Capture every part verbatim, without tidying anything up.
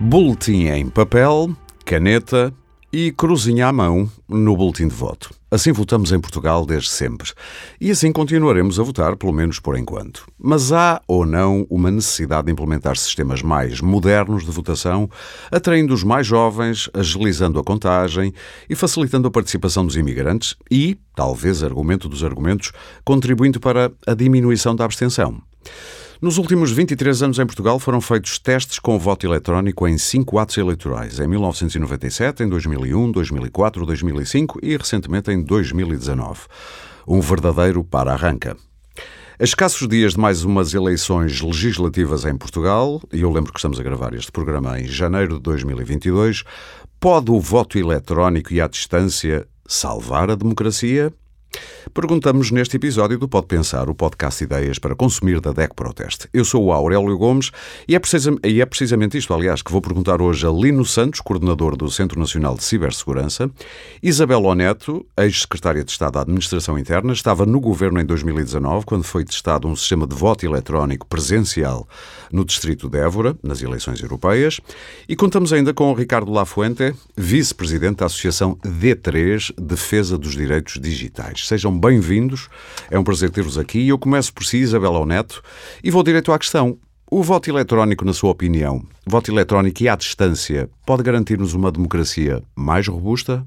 Boletim em papel, caneta e cruzinha à mão no boletim de voto. Assim votamos em Portugal desde sempre. E assim continuaremos a votar, pelo menos por enquanto. Mas há ou não uma necessidade de implementar sistemas mais modernos de votação, atraindo os mais jovens, agilizando a contagem e facilitando a participação dos imigrantes e, talvez argumento dos argumentos, contribuindo para a diminuição da abstenção? Nos últimos vinte e três anos em Portugal foram feitos testes com o voto eletrónico em cinco atos eleitorais, em mil novecentos e noventa e sete, em dois mil e um, dois mil e quatro, dois mil e cinco e recentemente em dois mil e dezanove. Um verdadeiro para-arranca. A escassos dias de mais umas eleições legislativas em Portugal, e eu lembro que estamos a gravar este programa em janeiro de dois mil e vinte e dois, pode o voto eletrónico e à distância salvar a democracia? Perguntamos neste episódio do Pode Pensar, o podcast Ideias para consumir da D E C Proteste. Eu sou o Aurélio Gomes e é, precisam, e é precisamente isto, aliás, que vou perguntar hoje a Lino Santos, coordenador do Centro Nacional de Cibersegurança, Isabel Oneto, ex-secretária de Estado da Administração Interna, estava no governo em dois mil e dezanove, quando foi testado um sistema de voto eletrónico presencial no distrito de Évora, nas eleições europeias, e contamos ainda com o Ricardo Lafuente, vice-presidente da Associação D três, Defesa dos Direitos Digitais. Sejam bem-vindos, é um prazer ter-vos aqui. Eu começo por si, Isabela Oneto, e vou direto à questão. O voto eletrónico, na sua opinião, voto eletrónico e à distância, pode garantir-nos uma democracia mais robusta?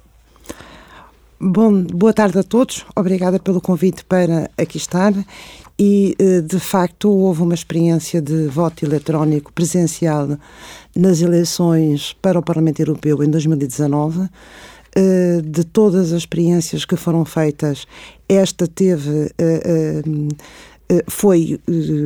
Bom, boa tarde a todos. Obrigada pelo convite para aqui estar. E, de facto, houve uma experiência de voto eletrónico presencial nas eleições para o Parlamento Europeu em dois mil e dezanove. De todas as experiências que foram feitas, esta teve, foi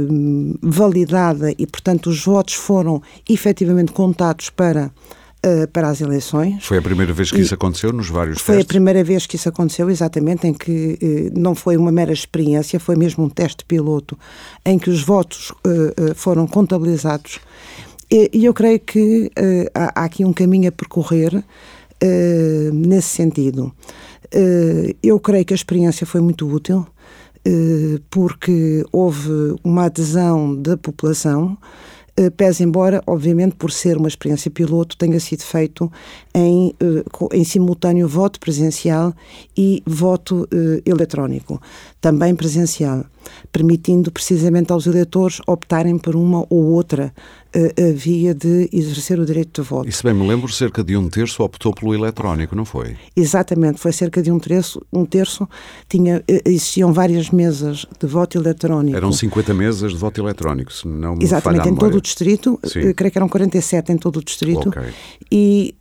validada e, portanto, os votos foram efetivamente contados para, para as eleições. Foi a primeira vez que isso aconteceu nos vários foi testes? Foi a primeira vez que isso aconteceu, exatamente, em que não foi uma mera experiência, foi mesmo um teste piloto em que os votos foram contabilizados. E eu creio que há aqui um caminho a percorrer. Uh, nesse sentido, uh, eu creio que a experiência foi muito útil, uh, porque houve uma adesão da população, uh, pese embora, obviamente, por ser uma experiência piloto, tenha sido feito em, uh, em simultâneo voto presencial e voto uh, eletrónico, também presencial, permitindo precisamente aos eleitores optarem por uma ou outra a via de exercer o direito de voto. E se bem me lembro, cerca de um terço optou pelo eletrónico, não foi? Exatamente, foi cerca de um terço. Um terço tinha, existiam várias mesas de voto eletrónico. Eram cinquenta mesas de voto eletrónico, se não me Exatamente, falha a em memória. todo o distrito, Sim. Creio que eram quarenta e sete em todo o distrito. Okay. E,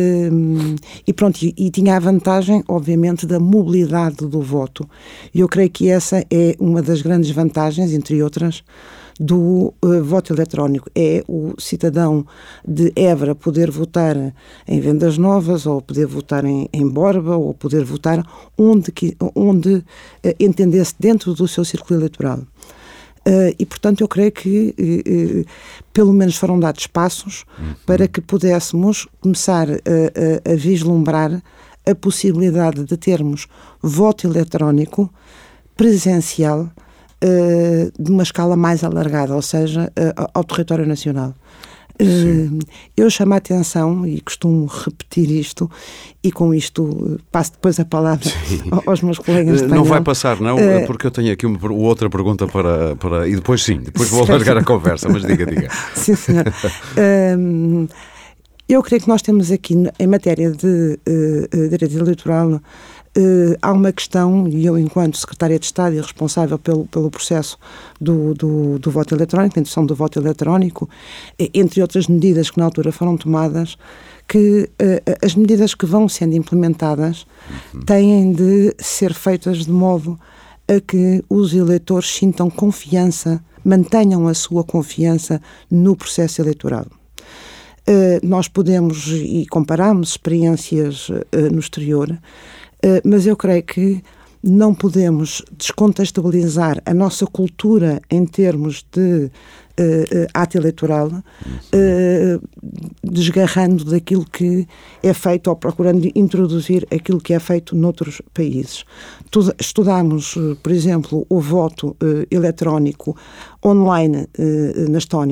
e pronto, e, e tinha a vantagem, obviamente, da mobilidade do voto. E eu creio que essa é uma das grandes vantagens, entre outras, do uh, voto eletrónico. É o cidadão de Évora poder votar em Vendas Novas, ou poder votar em, em Borba, ou poder votar onde, onde uh, entendesse dentro do seu círculo eleitoral. Uh, e, portanto, eu creio que uh, uh, pelo menos foram dados passos uhum. para que pudéssemos começar uh, uh, a vislumbrar a possibilidade de termos voto eletrónico presencial Uh, de uma escala mais alargada, ou seja, uh, ao território nacional. Uh, eu chamo a atenção, e costumo repetir isto, e com isto uh, passo depois a palavra Sim. aos meus colegas de painel. Não vai passar, não, uh, porque eu tenho aqui uma outra pergunta para, para... E depois sim, depois vou alargar a conversa, mas diga, diga. Sim, senhor. uh, eu creio que nós temos aqui, em matéria de uh, direito eleitoral, Uh, há uma questão, e eu, enquanto secretária de Estado e responsável pelo, pelo processo do, do, do voto eletrónico, da introdução do voto eletrónico, entre outras medidas que na altura foram tomadas, que uh, as medidas que vão sendo implementadas uhum. têm de ser feitas de modo a que os eleitores sintam confiança, mantenham a sua confiança no processo eleitoral. Uh, nós podemos, e comparamos experiências uh, no exterior, Uh, mas eu creio que não podemos descontextualizar a nossa cultura em termos de uh, uh, ato eleitoral, uh, desgarrando daquilo que é feito ou procurando introduzir aquilo que é feito noutros países. Estudamos, por exemplo, o voto uh, eletrónico online uh, na Estónia,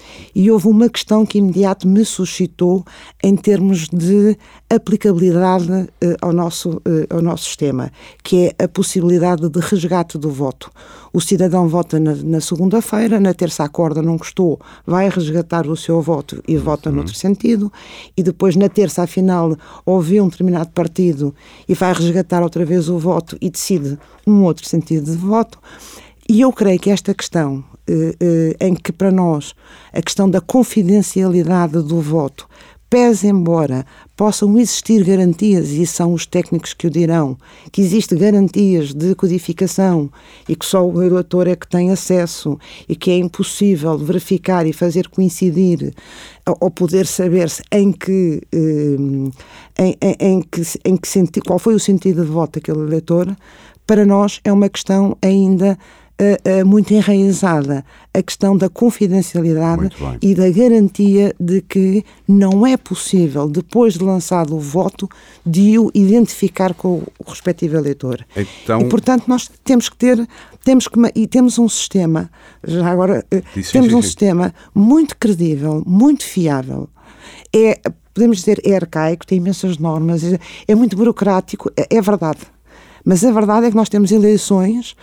E houve uma questão que imediato me suscitou em termos de aplicabilidade uh, ao, nosso, uh, ao nosso sistema, que é a possibilidade de resgate do voto. O cidadão vota na, na segunda-feira, na terça acorda, não gostou, vai resgatar o seu voto e uhum. vota noutro sentido, e depois na terça, afinal, ouviu um determinado partido e vai resgatar outra vez o voto e decide um outro sentido de voto. E eu creio que esta questão, eh, eh, em que para nós a questão da confidencialidade do voto pese, embora possam existir garantias, e são os técnicos que o dirão, que existem garantias de codificação e que só o eleitor é que tem acesso e que é impossível verificar e fazer coincidir ou poder saber-se em que, em, em, em que, em que senti, qual foi o sentido de voto daquele eleitor, para nós é uma questão ainda Uh, uh, muito enraizada, a questão da confidencialidade e da garantia de que não é possível, depois de lançado o voto, de o identificar com o respectivo eleitor. Então... E, portanto, nós temos que ter, temos que, e temos um sistema, já agora, uh, sim, temos sim, um sim. sistema muito credível, muito fiável. É, podemos dizer, é arcaico, tem imensas normas, é, é muito burocrático, é, é verdade. Mas a verdade é que nós temos eleições,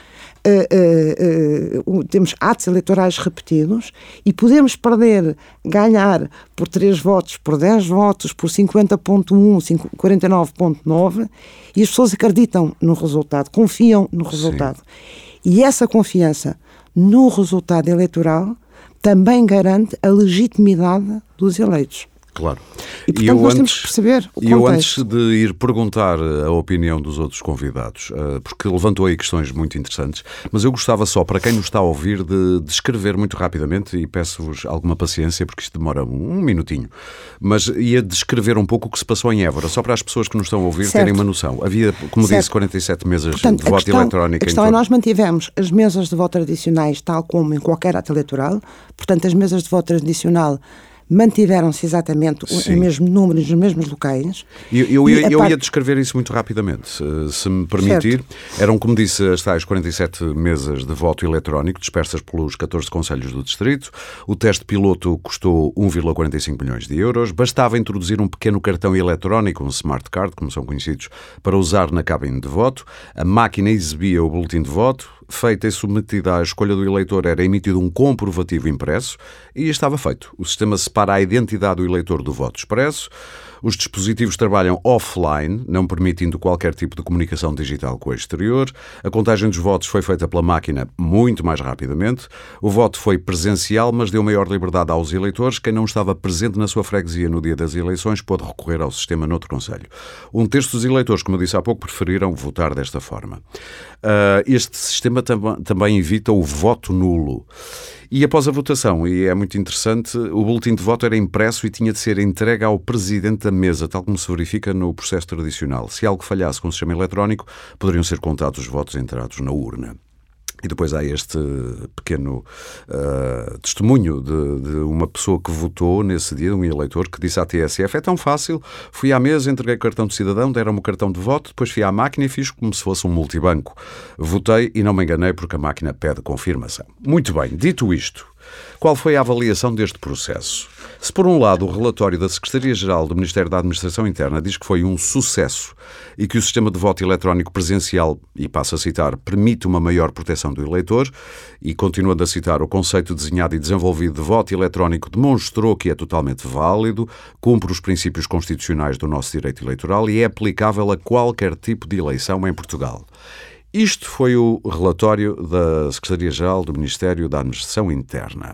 uh, uh, uh, temos atos eleitorais repetidos e podemos perder, ganhar por três votos, por dez votos, por cinquenta vírgula um, quarenta e nove vírgula nove e as pessoas acreditam no resultado, confiam no resultado. Sim. E essa confiança no resultado eleitoral também garante a legitimidade dos eleitos. Claro. E, portanto, eu nós antes, temos que perceber o contexto. Eu, antes de ir perguntar a opinião dos outros convidados, porque levantou aí questões muito interessantes, mas eu gostava só, para quem nos está a ouvir, de descrever muito rapidamente, e peço-vos alguma paciência, porque isto demora um, um minutinho, mas ia descrever um pouco o que se passou em Évora, só para as pessoas que nos estão a ouvir certo. terem uma noção. Havia, como certo. disse, quarenta e sete mesas Portanto, de voto questão, eletrónico. A questão é, nós mantivemos as mesas de voto tradicionais, tal como em qualquer ato eleitoral, portanto, as mesas de voto tradicional mantiveram-se exatamente Sim. o mesmo número, nos mesmos locais. Eu, eu, eu, eu parte... ia descrever isso muito rapidamente, se me permitir. Certo. Eram, como disse, as tais quarenta e sete mesas de voto eletrónico dispersas pelos catorze concelhos do distrito. O teste piloto custou um vírgula quarenta e cinco milhões de euros. Bastava introduzir um pequeno cartão eletrónico, um smart card, como são conhecidos, para usar na cabine de voto. A máquina exibia o boletim de voto. Feita e submetida à escolha do eleitor, era emitido um comprovativo impresso e estava feito. O sistema separa a identidade do eleitor do voto expresso. Os dispositivos trabalham offline, não permitindo qualquer tipo de comunicação digital com o exterior. A contagem dos votos foi feita pela máquina muito mais rapidamente. O voto foi presencial, mas deu maior liberdade aos eleitores. Quem não estava presente na sua freguesia no dia das eleições pôde recorrer ao sistema noutro concelho. Um terço dos eleitores, como eu disse há pouco, preferiram votar desta forma. Uh, este sistema tam- também evita o voto nulo. E após a votação, e é muito interessante, o boletim de voto era impresso e tinha de ser entregue ao presidente da mesa, tal como se verifica no processo tradicional. Se algo falhasse com o sistema eletrónico, poderiam ser contados os votos entrados na urna. E depois há este pequeno uh, testemunho de, de uma pessoa que votou nesse dia, um eleitor, que disse à T S F: é tão fácil, fui à mesa, entreguei o cartão de cidadão, deram-me o cartão de voto, depois fui à máquina e fiz como se fosse um multibanco. Votei e não me enganei porque a máquina pede confirmação. Muito bem, dito isto, qual foi a avaliação deste processo? Se por um lado o relatório da Secretaria-Geral do Ministério da Administração Interna diz que foi um sucesso e que o sistema de voto eletrónico presencial, e passo a citar, permite uma maior proteção do eleitor, e continuando a citar, o conceito desenhado e desenvolvido de voto eletrónico demonstrou que é totalmente válido, cumpre os princípios constitucionais do nosso direito eleitoral e é aplicável a qualquer tipo de eleição em Portugal. Isto foi o relatório da Secretaria-Geral do Ministério da Administração Interna.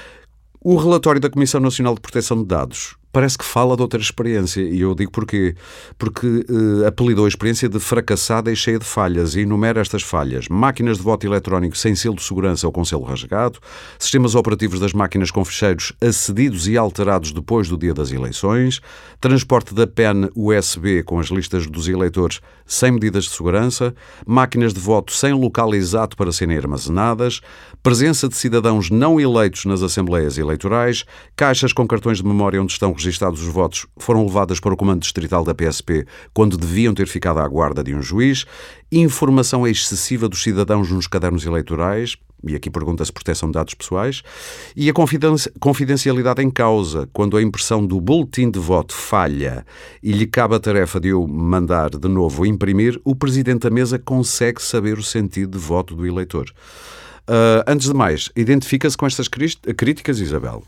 O relatório da Comissão Nacional de Proteção de Dados parece que fala de outra experiência, e eu digo porquê. Porque eh, apelidou a experiência de fracassada e cheia de falhas, e enumera estas falhas: máquinas de voto eletrónico sem selo de segurança ou com selo rasgado, sistemas operativos das máquinas com ficheiros acedidos e alterados depois do dia das eleições, transporte da P E N U S B com as listas dos eleitores sem medidas de segurança, máquinas de voto sem local exato para serem armazenadas, presença de cidadãos não eleitos nas assembleias eleitorais, caixas com cartões de memória onde estão registados os votos foram levadas para o comando distrital da P S P quando deviam ter ficado à guarda de um juiz, informação excessiva dos cidadãos nos cadernos eleitorais, e aqui pergunta-se proteção de dados pessoais, e a confidencialidade em causa, quando a impressão do boletim de voto falha e lhe cabe a tarefa de eu mandar de novo imprimir, o Presidente da Mesa consegue saber o sentido de voto do eleitor. Uh, antes de mais, identifica-se com estas críticas, Isabel?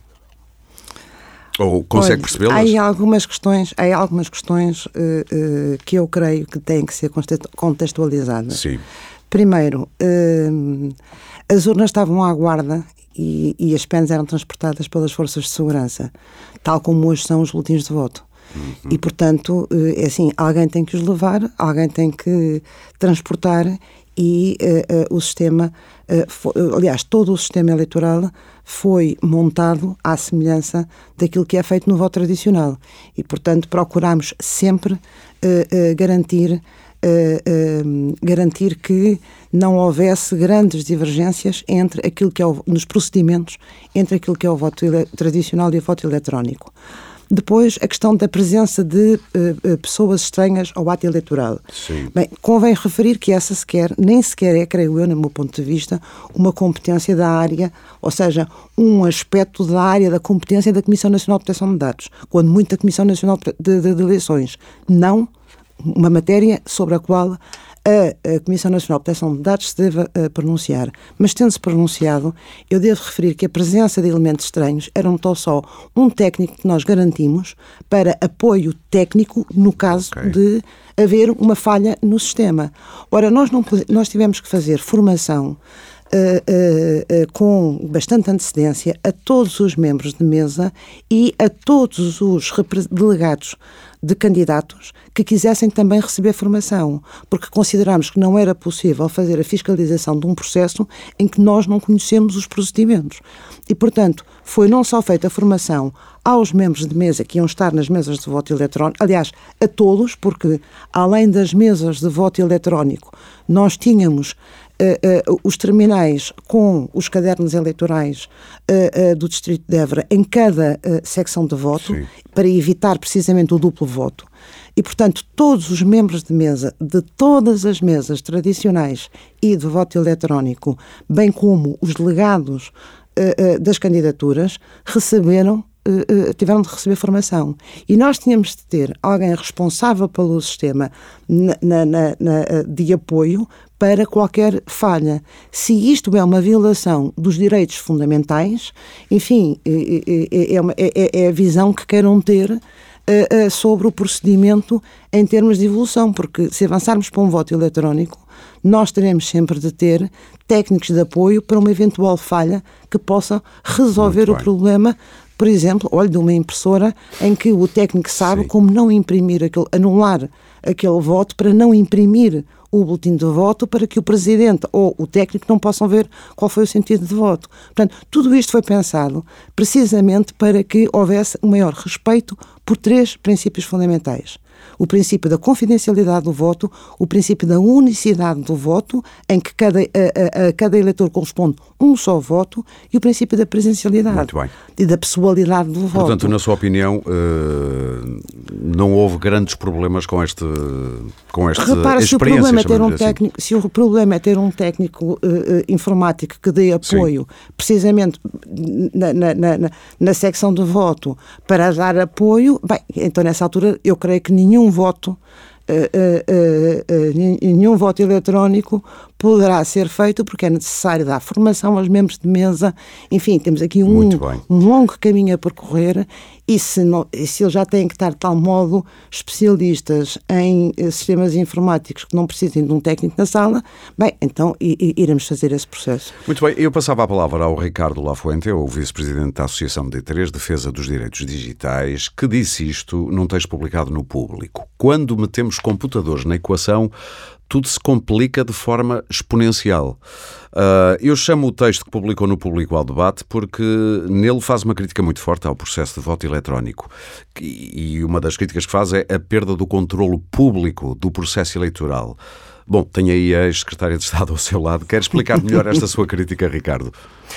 Ou consegue percebê-las? Há algumas questões, há algumas questões uh, uh, que eu creio que têm que ser contextualizadas. Sim. Primeiro, uh, as urnas estavam à guarda e, e as penas eram transportadas pelas forças de segurança, tal como hoje são os boletins de voto. Uhum. E, portanto, uh, é assim, alguém tem que os levar, alguém tem que transportar e uh, uh, o sistema, uh, foi, aliás, todo o sistema eleitoral foi montado à semelhança daquilo que é feito no voto tradicional. E, portanto, procuramos sempre uh, uh, garantir, uh, uh, garantir que não houvesse grandes divergências entre aquilo que é o, nos procedimentos entre aquilo que é o voto ele, tradicional e o voto eletrónico. Depois, a questão da presença de uh, uh, pessoas estranhas ao ato eleitoral. Sim. Bem, convém referir que essa sequer, nem sequer é, creio eu, no meu ponto de vista, uma competência da área, ou seja, um aspecto da área da competência da Comissão Nacional de Proteção de Dados, quando muito da Comissão Nacional de, de, de Eleições. Não uma matéria sobre a qual a, a Comissão Nacional de Proteção de Dados se deve uh, pronunciar. Mas, tendo-se pronunciado, eu devo referir que a presença de elementos estranhos era tão só um técnico que nós garantimos para apoio técnico no caso okay. de haver uma falha no sistema. Ora, nós, não, nós tivemos que fazer formação Uh, uh, uh, com bastante antecedência a todos os membros de mesa e a todos os delegados de candidatos que quisessem também receber formação, porque considerámos que não era possível fazer a fiscalização de um processo em que nós não conhecemos os procedimentos. E, portanto, foi não só feita a formação aos membros de mesa que iam estar nas mesas de voto eletrónico, aliás, a todos, porque além das mesas de voto eletrónico, nós tínhamos Uh, uh, os terminais com os cadernos eleitorais uh, uh, do Distrito de Évora em cada uh, secção de voto, sim, para evitar precisamente o duplo voto. E, portanto, todos os membros de mesa de todas as mesas tradicionais e de voto eletrónico, bem como os delegados uh, uh, das candidaturas, receberam Uh, uh, tiveram de receber formação. E nós tínhamos de ter alguém responsável pelo sistema na, na, na, na, de apoio para qualquer falha. Se isto é uma violação dos direitos fundamentais, enfim, é, é, uma, é, é a visão que queiram ter uh, uh, sobre o procedimento em termos de evolução, porque se avançarmos para um voto eletrónico, nós teremos sempre de ter técnicos de apoio para uma eventual falha que possa resolver o problema. Por exemplo, olha, de uma impressora em que o técnico sabe, sim, como não imprimir, aquele, anular aquele voto para não imprimir o boletim de voto para que o Presidente ou o técnico não possam ver qual foi o sentido de voto. Portanto, tudo isto foi pensado precisamente para que houvesse um maior respeito por três princípios fundamentais. O princípio da confidencialidade do voto, o princípio da unicidade do voto, em que cada, a, a, a cada eleitor corresponde um só voto, e o princípio da presencialidade. Muito bem. E da pessoalidade do voto. Portanto, na sua opinião, não houve grandes problemas com este, com esta Repara, experiência? Se o problema é ter um assim. técnico, se o problema é ter um técnico uh, uh, informático que dê apoio, sim, precisamente na, na, na, na secção de voto para dar apoio, bem, então nessa altura eu creio que nenhum voto, uh, uh, uh, uh, nenhum voto eletrónico poderá ser feito, porque é necessário dar formação aos membros de mesa. Enfim, temos aqui um, um longo caminho a percorrer, e se, não, se eles já têm que estar de tal modo especialistas em eh, sistemas informáticos que não precisem de um técnico na sala, bem, então i, i, iremos fazer esse processo. Muito bem, eu passava a palavra ao Ricardo Lafuente, o vice-presidente da Associação D três, Defesa dos Direitos Digitais, que disse isto num texto publicado no Público. Quando metemos computadores na equação, tudo se complica de forma exponencial. Uh, eu chamo o texto que publicou no Público ao debate porque nele faz uma crítica muito forte ao processo de voto eletrónico. E uma das críticas que faz é a perda do controlo público do processo eleitoral. Bom, tem aí a ex-secretária de Estado ao seu lado. Quer explicar melhor esta sua crítica, Ricardo?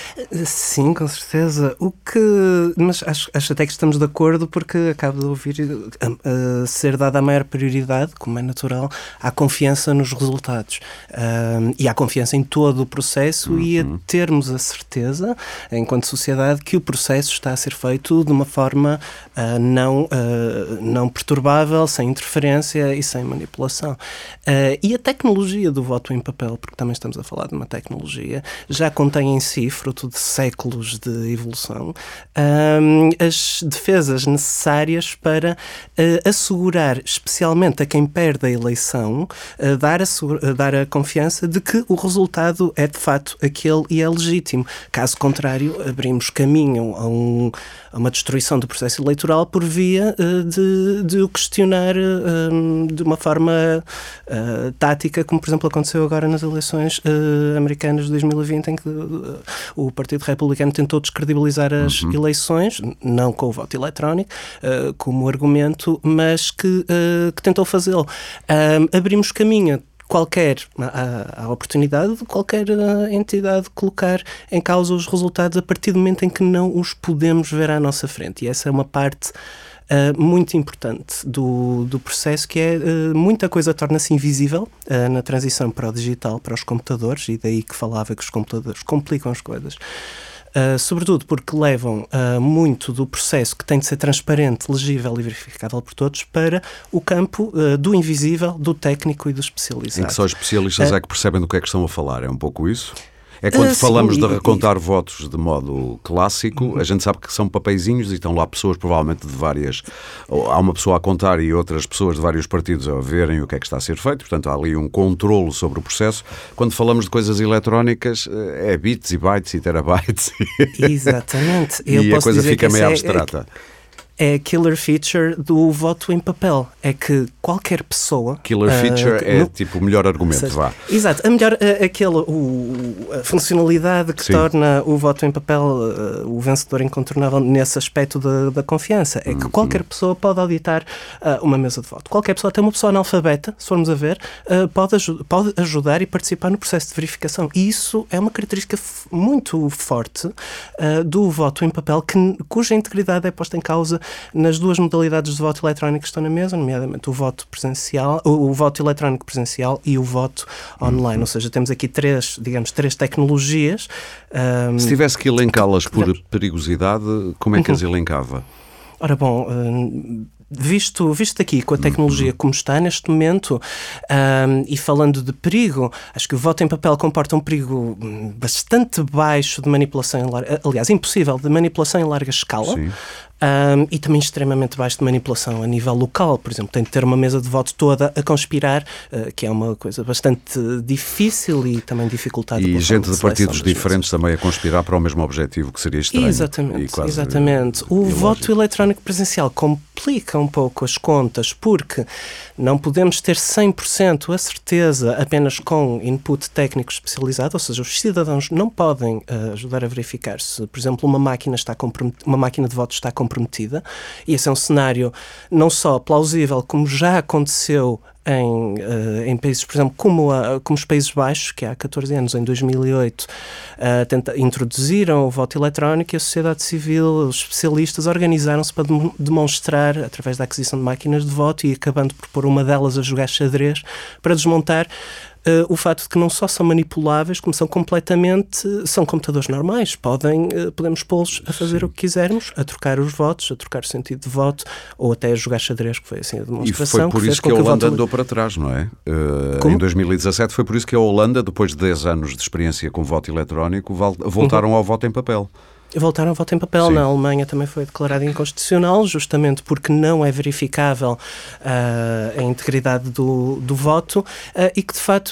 Sim, com certeza. O que... Mas acho, acho até que estamos de acordo, porque acabo de ouvir uh, uh, ser dada a maior prioridade, como é natural, à confiança nos resultados. Uh, e à confiança em todo o processo, uhum. e a termos a certeza, enquanto sociedade, que o processo está a ser feito de uma forma uh, não, uh, não perturbável, sem interferência e sem manipulação. Uh, e a tecnologia do voto em papel, porque também estamos a falar de uma tecnologia, já contém em si, fruto de séculos de evolução, um, as defesas necessárias para uh, assegurar, especialmente a quem perde a eleição, uh, dar, a, uh, dar a confiança de que o resultado é de facto aquele e é legítimo. Caso contrário, abrimos caminho a, um, a uma destruição do processo eleitoral por via uh, de, de o questionar uh, de uma forma uh, tática, como por exemplo aconteceu agora nas eleições uh, americanas de dois mil e vinte, em que uh, o Partido Republicano tentou descredibilizar as uhum. eleições, não com o voto eletrónico, uh, como argumento, mas que, uh, que tentou fazê-lo. Uh, abrimos caminho a qualquer, a, a oportunidade de qualquer uh, entidade colocar em causa os resultados a partir do momento em que não os podemos ver à nossa frente. E essa é uma parte Uh, muito importante do, do processo, que é uh, muita coisa torna-se invisível uh, na transição para o digital, para os computadores, e daí que falava que os computadores complicam as coisas. Uh, sobretudo porque levam uh, muito do processo que tem de ser transparente, legível e verificável por todos para o campo uh, do invisível, do técnico e do especializado. Em que só os especialistas uh, é que percebem do que é que estão a falar, é um pouco isso? É quando uh, falamos sim, de e, recontar e... votos de modo clássico, uhum. a gente sabe que são papeizinhos e estão lá pessoas provavelmente de várias... Há uma pessoa a contar e outras pessoas de vários partidos a verem o que é que está a ser feito, portanto há ali um controlo sobre o processo. Quando falamos de coisas eletrónicas, é bits e bytes e terabytes. Exatamente. Eu e posso a coisa dizer fica que meio é, abstrata. É... É a killer feature do voto em papel. É que qualquer pessoa... Killer feature uh, é no, tipo o melhor argumento, seja, vá. Exato. A melhor, uh, aquele, o, a funcionalidade que Sim. torna o voto em papel uh, o vencedor incontornável nesse aspecto da, da confiança. É que qualquer uhum. pessoa pode auditar uh, uma mesa de voto. Qualquer pessoa, até uma pessoa analfabeta, se formos a ver, uh, pode, aj- pode ajudar e participar no processo de verificação. E isso é uma característica f- muito forte uh, do voto em papel, que, cuja integridade é posta em causa nas duas modalidades de voto eletrónico que estão na mesa, nomeadamente o voto presencial, o, o voto eletrónico presencial e o voto online. Uhum. Ou seja, temos aqui três, digamos, três tecnologias. Um, Se tivesse que elencá-las por perigosidade, como é que uhum. as elencava? Ora bom, um, Visto, visto aqui com a tecnologia como está neste momento, um, e falando de perigo, acho que o voto em papel comporta um perigo bastante baixo de manipulação em larga, aliás, impossível de manipulação em larga escala. Sim. Um, e também extremamente baixo de manipulação a nível local. Por exemplo, tem de ter uma mesa de voto toda a conspirar, uh, que é uma coisa bastante difícil e também dificultada. E gente de partidos diferentes também a conspirar para o mesmo objetivo, que seria estranho. Exatamente, exatamente. O ilógico. Voto eletrónico presencial complica um pouco as contas, porque não podemos ter cem por cento a certeza apenas com input técnico especializado, ou seja, os cidadãos não podem uh, ajudar a verificar se, por exemplo, uma máquina, está compromet- uma máquina de voto está comprometida. Comprometida. E esse é um cenário não só plausível, como já aconteceu em, uh, em países, por exemplo, como, a, como os Países Baixos, que há catorze anos, em dois mil e oito, uh, tenta, introduziram o voto eletrónico, e a sociedade civil, os especialistas, organizaram-se para dem- demonstrar, através da aquisição de máquinas de voto, e acabando por pôr uma delas a jogar xadrez, para desmontar Uh, o fato de que não só são manipuláveis, como são completamente, são computadores normais. Podem, uh, podemos pô-los a fazer Sim. o que quisermos, a trocar os votos, a trocar o sentido de voto, ou até a jogar xadrez, que foi assim a demonstração. E foi por que isso que a Holanda voto... andou para trás, não é? Uh, em dois mil e dezassete foi por isso que a Holanda, depois de dez anos de experiência com voto eletrónico, voltaram uhum. ao voto em papel. Voltaram ao voto em papel. Sim. Na Alemanha também foi declarado inconstitucional, justamente porque não é verificável uh, a integridade do, do voto, uh, e que, de facto, esse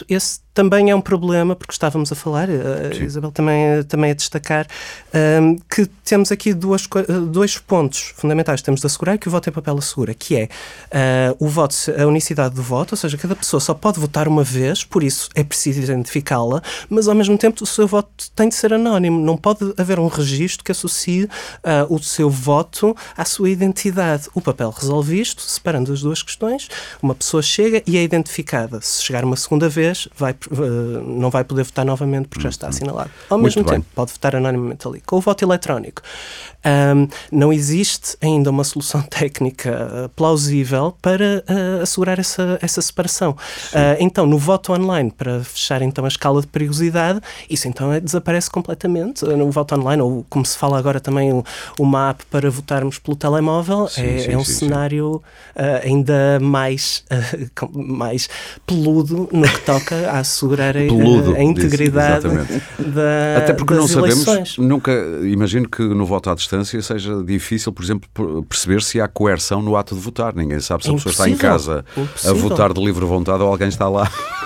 também é um problema, porque estávamos a falar, a Sim. Isabel também, também a destacar, um, que temos aqui duas, dois pontos fundamentais. Temos de assegurar que o voto em papel assegura, que é uh, o voto, a unicidade do voto, ou seja, cada pessoa só pode votar uma vez, por isso é preciso identificá-la, mas ao mesmo tempo o seu voto tem de ser anónimo. Não pode haver um registro que associe uh, o seu voto à sua identidade. O papel resolve isto, separando as duas questões. Uma pessoa chega e é identificada. Se chegar uma segunda vez, vai Uh, não vai poder votar novamente porque já está assinalado. Ao Muito mesmo bem. tempo, pode votar anonimamente ali. Com o voto eletrónico, um, não existe ainda uma solução técnica uh, plausível para uh, assegurar essa, essa separação. Uh, então, no voto online, para fechar então a escala de perigosidade, isso então é, desaparece completamente. Uh, no voto online, ou como se fala agora também, o, uma app para votarmos pelo telemóvel, sim, é, sim, é um sim, cenário uh, ainda mais, uh, mais peludo no que toca a assegurar a, Peludo, a integridade disse, da, até porque das não sabemos, eleições. Nunca imagino que no voto à distância seja difícil, por exemplo, perceber se há coerção no ato de votar. Ninguém sabe se a pessoa está em casa Impossível. a votar de livre vontade ou alguém está lá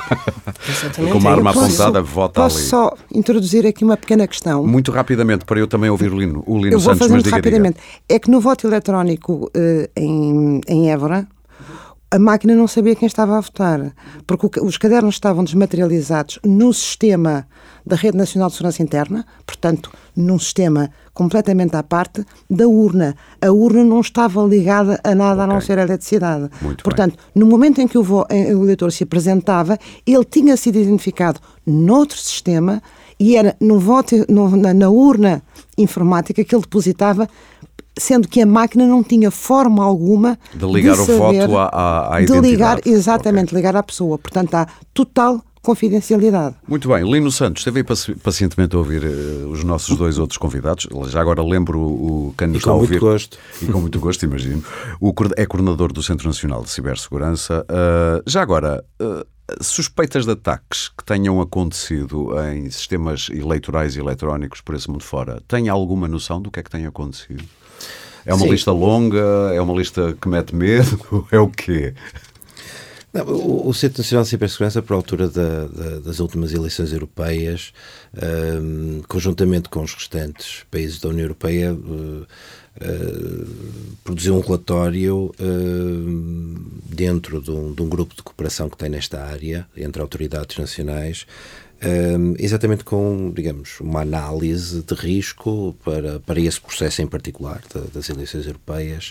com uma arma posso, apontada, vota posso ali. Posso só introduzir aqui uma pequena questão? Muito rapidamente, para eu também ouvir o Lino, o Lino eu vou Santos, fazer mas muito diga, rapidamente. diga. É que no voto eletrónico uh, em, em Évora, a máquina não sabia quem estava a votar, porque os cadernos estavam desmaterializados no sistema da Rede Nacional de Segurança Interna, portanto, num sistema completamente à parte da urna. A urna não estava ligada a nada okay. a não ser a eletricidade. Muito portanto, bem. no momento em que o, vo- o eleitor se apresentava, ele tinha sido identificado noutro sistema e era no voto, no, na, na urna informática que ele depositava, sendo que a máquina não tinha forma alguma de ligar de o saber, voto à, à de identidade. ligar, exatamente, okay. ligar à pessoa. Portanto, há total confidencialidade. Muito bem. Lino Santos, esteve aí paci- pacientemente a ouvir uh, os nossos dois outros convidados. Já agora lembro o, o Cândido E com a muito ouvir, gosto. E com muito gosto, imagino. O, é coordenador do Centro Nacional de Cibersegurança. Uh, já agora, uh, suspeitas de ataques que tenham acontecido em sistemas eleitorais e eletrónicos por esse mundo fora, tem alguma noção do que é que tem acontecido? É uma Sim. lista longa? É uma lista que mete medo? É o quê? Não, o, o Centro Nacional de Cibersegurança, por altura da, da, das últimas eleições europeias, um, conjuntamente com os restantes países da União Europeia, uh, uh, produziu um relatório uh, dentro de um, de um grupo de cooperação que tem nesta área, entre autoridades nacionais, Um, exatamente com, digamos, uma análise de risco para, para esse processo em particular da, das eleições europeias,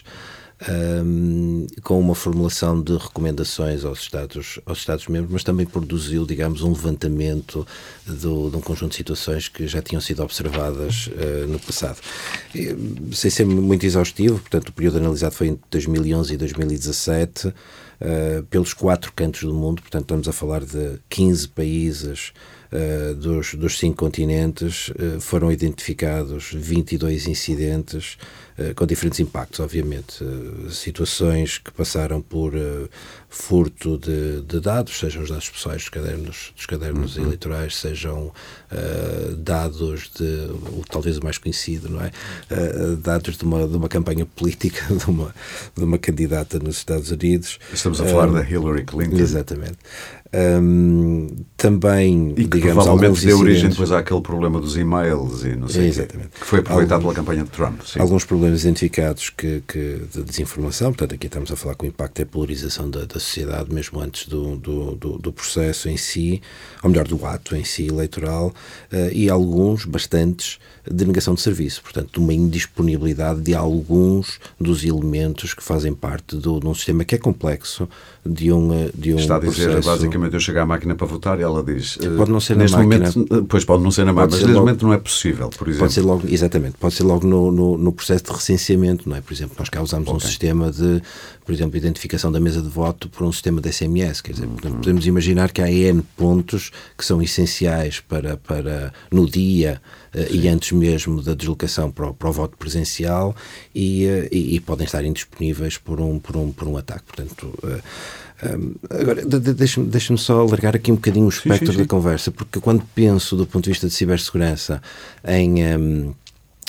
um, com uma formulação de recomendações aos Estados, aos Estados-membros, mas também produziu, digamos, um levantamento do, de um conjunto de situações que já tinham sido observadas uh, no passado. E, sem ser muito exaustivo, portanto, o período analisado foi entre dois mil e onze e dois mil e dezassete, uh, pelos quatro cantos do mundo, portanto, estamos a falar de quinze países. Uh, dos, dos cinco continentes, uh, foram identificados vinte e dois incidentes uh, com diferentes impactos, obviamente. Uh, situações que passaram por uh, furto de, de dados, sejam os dados pessoais dos cadernos, dos cadernos uhum. eleitorais, sejam uh, dados de, o, talvez o mais conhecido, não é? Uh, dados de uma, de uma campanha política de uma, de uma candidata nos Estados Unidos. Estamos a falar um, da Hillary Clinton. Exatamente. Um, também, e que digamos, provavelmente deu origem depois àquele problema dos e-mails e não sei Exatamente. Que, que foi aproveitado Algum, pela campanha de Trump. Sim. Alguns problemas identificados que, que, de desinformação, portanto aqui estamos a falar que o impacto é a polarização da, da sociedade mesmo antes do, do, do, do processo em si, ou melhor, do ato em si eleitoral, uh, e alguns, bastantes, de negação de serviço, portanto de uma indisponibilidade de alguns dos elementos que fazem parte do, de um sistema que é complexo, de um, de um Está a dizer, processo... basicamente, eu chego à máquina para votar e ela diz... Pode não ser neste na máquina... Momento, pois pode não ser na máquina, mas neste logo, momento não é possível, por exemplo. Pode ser logo, exatamente, pode ser logo no, no, no processo de recenseamento, não é? Por exemplo, nós cá usamos okay. um sistema de, por exemplo, identificação da mesa de voto por um sistema de S M S, quer dizer, uhum. portanto, podemos imaginar que há N pontos que são essenciais para, para no dia uh, e antes mesmo da deslocação para o, para o voto presencial e, uh, e, e podem estar indisponíveis por um, por um, por um ataque, portanto... Uh, Um, agora, de, de, deixa-me, deixa-me só alargar aqui um bocadinho o espectro sim, sim, sim. da conversa, porque quando penso do ponto de vista de cibersegurança em, um,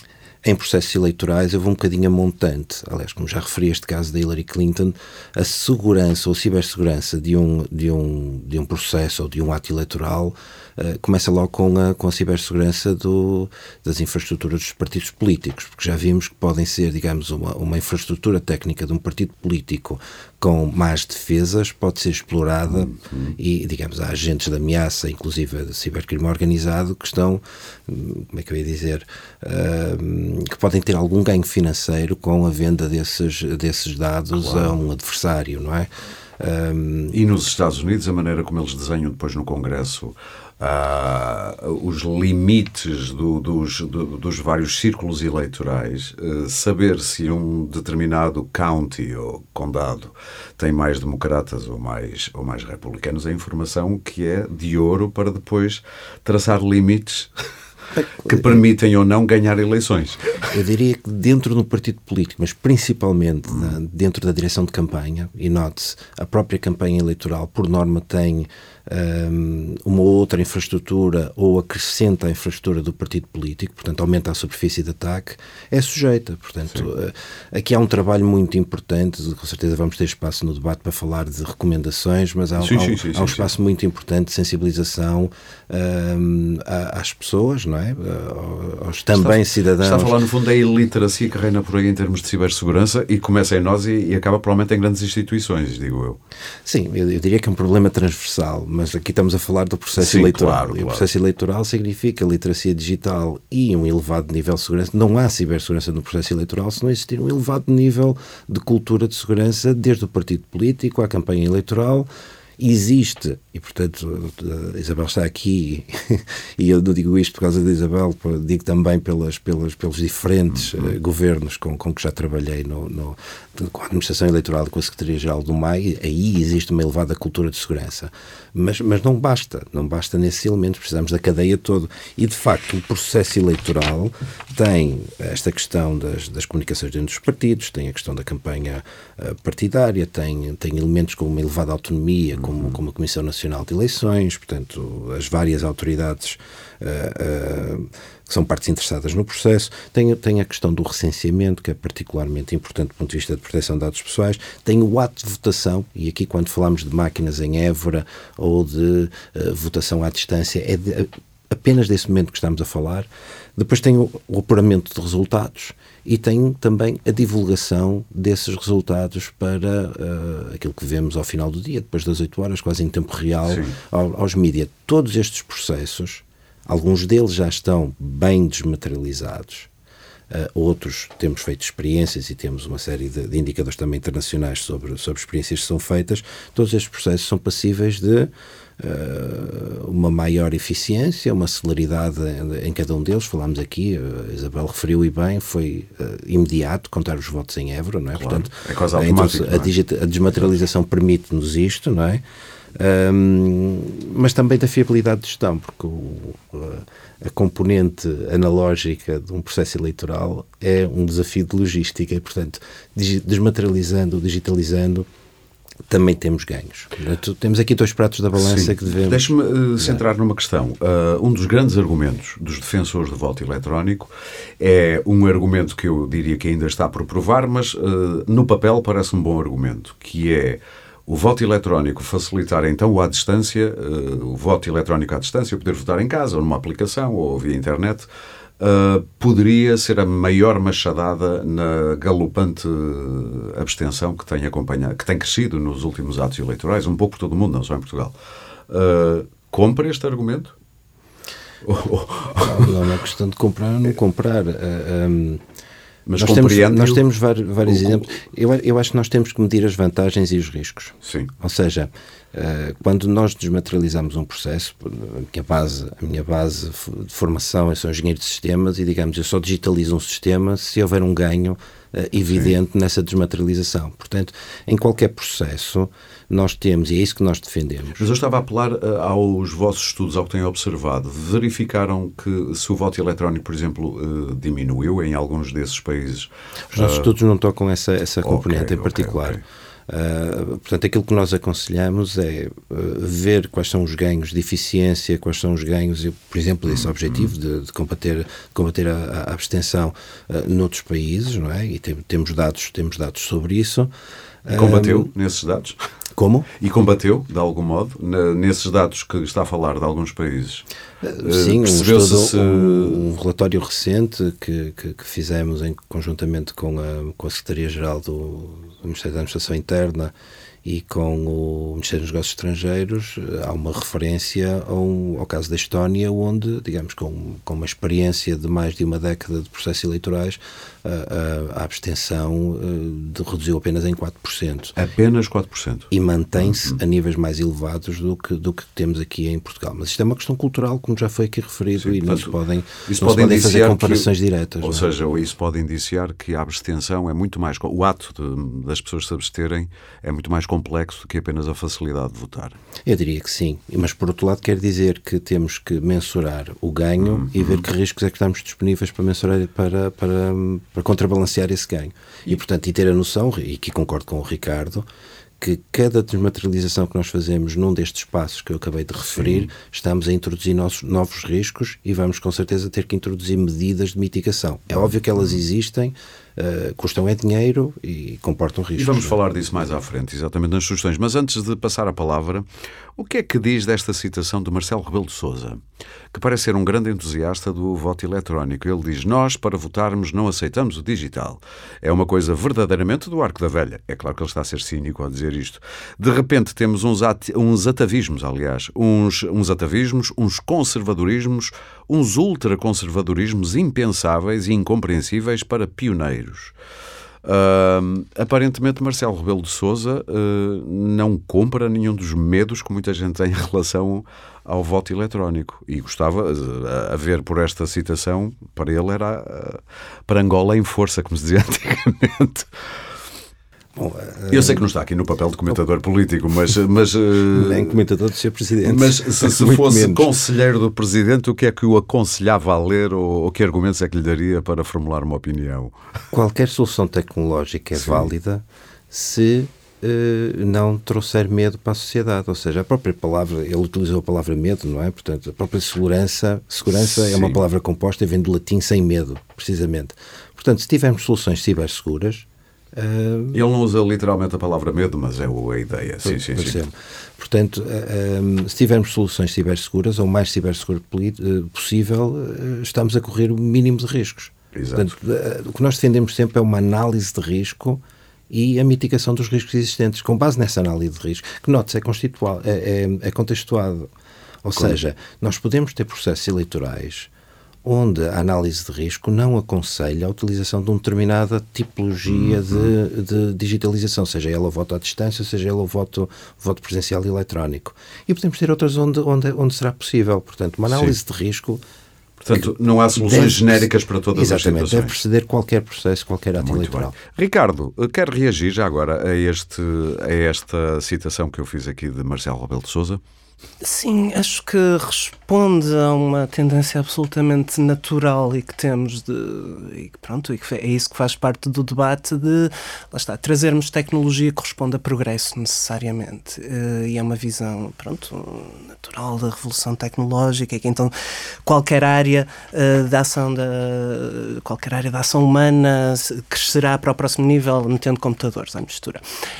em processos eleitorais houve um bocadinho a montante. Aliás, como já referi este caso da Hillary Clinton, a segurança ou cibersegurança de um, de um, de um processo ou de um ato eleitoral uh, começa logo com a, com a cibersegurança do, das infraestruturas dos partidos políticos, porque já vimos que podem ser, digamos, uma, uma infraestrutura técnica de um partido político com más defesas, pode ser explorada uhum. e, digamos, há agentes de ameaça, inclusive de cibercrime organizado, que estão, como é que eu ia dizer, uh, que podem ter algum ganho financeiro com a venda desses, desses dados claro. a um adversário, não é? Um, e nos Estados Unidos, a maneira como eles desenham depois no Congresso uh, os limites do, dos, do, dos vários círculos eleitorais, uh, saber se um determinado county ou condado tem mais democratas ou mais, ou mais republicanos, é informação que é de ouro para depois traçar limites que permitem ou não ganhar eleições. Eu diria que dentro do partido político, mas principalmente hum. na, dentro da direção de campanha, e note-se, a própria campanha eleitoral, por norma, tem um, uma outra infraestrutura ou acrescenta a infraestrutura do partido político, portanto aumenta a superfície de ataque, é sujeita. Portanto, uh, aqui há um trabalho muito importante, com certeza vamos ter espaço no debate para falar de recomendações, mas há, sim, há, sim, sim, há um sim, espaço sim. muito importante de sensibilização um, às pessoas, não é? Aos também está, cidadãos. Está a falar, no fundo, da iliteracia que reina por aí em termos de cibersegurança e começa em nós e, e acaba provavelmente em grandes instituições, digo eu. Sim, eu, eu diria que é um problema transversal, mas aqui estamos a falar do processo Sim, eleitoral. Claro, e claro. O processo eleitoral significa literacia digital e um elevado nível de segurança. Não há cibersegurança no processo eleitoral se não existir um elevado nível de cultura de segurança, desde o partido político à campanha eleitoral. Existe, e portanto a Isabel está aqui e eu não digo isto por causa da Isabel, digo também pelas, pelas, pelos diferentes uhum. uh, governos com, com que já trabalhei no, no, com a administração eleitoral e com a Secretaria-Geral do M A I, aí existe uma elevada cultura de segurança, mas, mas não basta, não basta nesses elementos, precisamos da cadeia toda e de facto o processo eleitoral tem esta questão das, das comunicações dentro dos partidos, tem a questão da campanha uh, partidária, tem, tem elementos com uma elevada autonomia, Como, como a Comissão Nacional de Eleições, portanto, as várias autoridades uh, uh, que são partes interessadas no processo. Tem, tem a questão do recenseamento, que é particularmente importante do ponto de vista de proteção de dados pessoais. Tem o ato de votação, e aqui quando falamos de máquinas em Évora ou de uh, votação à distância, é de, uh, apenas desse momento que estamos a falar. Depois tem o, o apuramento de resultados e tem também a divulgação desses resultados para uh, aquilo que vemos ao final do dia, depois das oito horas, quase em tempo real, ao, aos mídias. Todos estes processos, alguns deles já estão bem desmaterializados, uh, outros temos feito experiências e temos uma série de, de indicadores também internacionais sobre, sobre experiências que são feitas. Todos estes processos são passíveis de Uh, uma maior eficiência, uma celeridade em, em cada um deles. Falámos aqui, a Isabel referiu e bem, foi uh, imediato contar os votos em Évora, não é? Claro, portanto, é quase automático, então, a, digita- a desmaterialização permite-nos isto, não é? Um, mas também da fiabilidade de gestão, porque o, a componente analógica de um processo eleitoral é um desafio de logística e, portanto, desmaterializando, digitalizando, também temos ganhos. Temos aqui dois pratos da balança Sim. que devemos... Deixe-me uh, centrar numa questão. Uh, um dos grandes argumentos dos defensores do voto eletrónico é um argumento que eu diria que ainda está por provar, mas uh, no papel parece um bom argumento, que é o voto eletrónico facilitar então à distância, uh, o voto eletrónico à distância, poder votar em casa ou numa aplicação ou via internet, Uh, poderia ser a maior machadada na galopante abstenção que tem acompanhado, que tem crescido nos últimos atos eleitorais, um pouco por todo o mundo, não só em Portugal. Uh, compra este argumento? Não, não é uma questão de comprar ou não comprar. Uh, um, Mas nós temos, nós temos vários, vários o, exemplos. Eu, eu acho que nós temos que medir as vantagens e os riscos. Sim. Ou seja, uh, quando nós desmaterializamos um processo, a minha base, a minha base de formação, eu sou engenheiro de sistemas e, digamos, eu só digitalizo um sistema se houver um ganho uh, evidente Sim. nessa desmaterialização. Portanto, em qualquer processo, nós temos, e é isso que nós defendemos. Mas eu estava a apelar uh, aos vossos estudos, ao que têm observado. Verificaram que se o voto eletrónico, por exemplo, uh, diminuiu em alguns desses países? Os nossos uh, estudos não tocam essa, essa componente okay, em particular. Okay, okay. Uh, portanto, aquilo que nós aconselhamos é uh, ver quais são os ganhos de eficiência, quais são os ganhos, por exemplo, desse objetivo de, de combater, de combater a, a abstenção uh, noutros países, não é? E tem, temos, dados, temos dados sobre isso. E combateu um, nesses dados? Como? E combateu, de algum modo, na, nesses dados que está a falar de alguns países? Uh, sim, um, estudo, se... um, um relatório recente que, que, que fizemos em, conjuntamente com a, com a Secretaria-Geral do, do Ministério da Administração Interna e com o Ministério dos Negócios Estrangeiros, há uma referência ao, ao caso da Estónia, onde, digamos, com, com uma experiência de mais de uma década de processos eleitorais, a, a, a abstenção uh, reduziu apenas em quatro por cento. Apenas quatro por cento. E mantém-se uhum. a níveis mais elevados do que, do que temos aqui em Portugal. Mas isto é uma questão cultural, como já foi aqui referido, Sim, e portanto, não se podem, isso não pode se podem fazer comparações que, diretas. Ou não é? seja, isso pode indiciar que a abstenção é muito mais... O ato de, das pessoas se absterem é muito mais complexo do que apenas a facilidade de votar. Eu diria que sim, mas por outro lado quer dizer que temos que mensurar o ganho uhum. e ver que riscos é que estamos disponíveis para mensurar, para, para, para contrabalancear esse ganho. E, portanto, e ter a noção, e aqui concordo com o Ricardo, que cada desmaterialização que nós fazemos num destes passos que eu acabei de referir, Sim. estamos a introduzir novos, novos riscos e vamos com certeza ter que introduzir medidas de mitigação. É óbvio que elas existem, uh, custam é dinheiro e comportam riscos. E vamos não? falar disso mais à frente, exatamente nas sugestões. Mas antes de passar a palavra, o que é que diz desta citação de Marcelo Rebelo de Sousa, que parece ser um grande entusiasta do voto eletrónico? Ele diz: nós, para votarmos, não aceitamos o digital. É uma coisa verdadeiramente do arco da velha. É claro que ele está a ser cínico ao dizer isto. De repente temos uns, at- uns atavismos, aliás, uns, uns atavismos, uns conservadorismos, uns ultraconservadorismos impensáveis e incompreensíveis para pioneiros. Uh, aparentemente Marcelo Rebelo de Sousa uh, não compra nenhum dos medos que muita gente tem em relação ao voto eletrónico e gostava, uh, a ver por esta citação, para ele era uh, para Angola em força, como se dizia antigamente. Bom, uh, eu sei que não está aqui no papel de comentador político, mas... mas uh, nem comentador de ser Presidente. Mas se, se fosse menos. conselheiro do Presidente, o que é que o aconselhava a ler ou, ou que argumentos é que lhe daria para formular uma opinião? Qualquer solução tecnológica é Sim. válida se uh, não trouxer medo para a sociedade. Ou seja, a própria palavra, ele utilizou a palavra medo, não é? Portanto, a própria segurança, segurança é uma palavra composta e vem do latim sem medo, precisamente. Portanto, se tivermos soluções ciberseguras, Uh, Ele não usa literalmente a palavra medo, mas é a ideia. Sim, sim, sim. Portanto, uh, um, se tivermos soluções cibersseguras, ou mais ciberseguro uh, possível, uh, estamos a correr o mínimo de riscos. Exato. Portanto, uh, o que nós defendemos sempre é uma análise de risco e a mitigação dos riscos existentes. Com base nessa análise de risco, que note-se é, é, é, é contextuado. Ou Como? seja, nós podemos ter processos eleitorais onde a análise de risco não aconselha a utilização de uma determinada tipologia uhum. de, de digitalização, seja ela o voto à distância, seja ela o voto, voto presencial e eletrónico. E podemos ter outras onde, onde, onde será possível. Portanto, uma análise Sim. de risco... Portanto, não há soluções deve, genéricas para todas as situações. Exatamente, deve preceder qualquer processo, qualquer ato Muito eleitoral. Bem. Ricardo, quer reagir já agora a, este, a esta citação que eu fiz aqui de Marcelo Rebelo de Sousa? Sim, acho que responde a uma tendência absolutamente natural e que temos de, e pronto, e que é isso que faz parte do debate de, lá está, trazermos tecnologia que corresponde a progresso necessariamente, e é uma visão, pronto, natural da revolução tecnológica, e que então qualquer área uh, da ação da, qualquer área da ação humana crescerá para o próximo nível metendo computadores à mistura.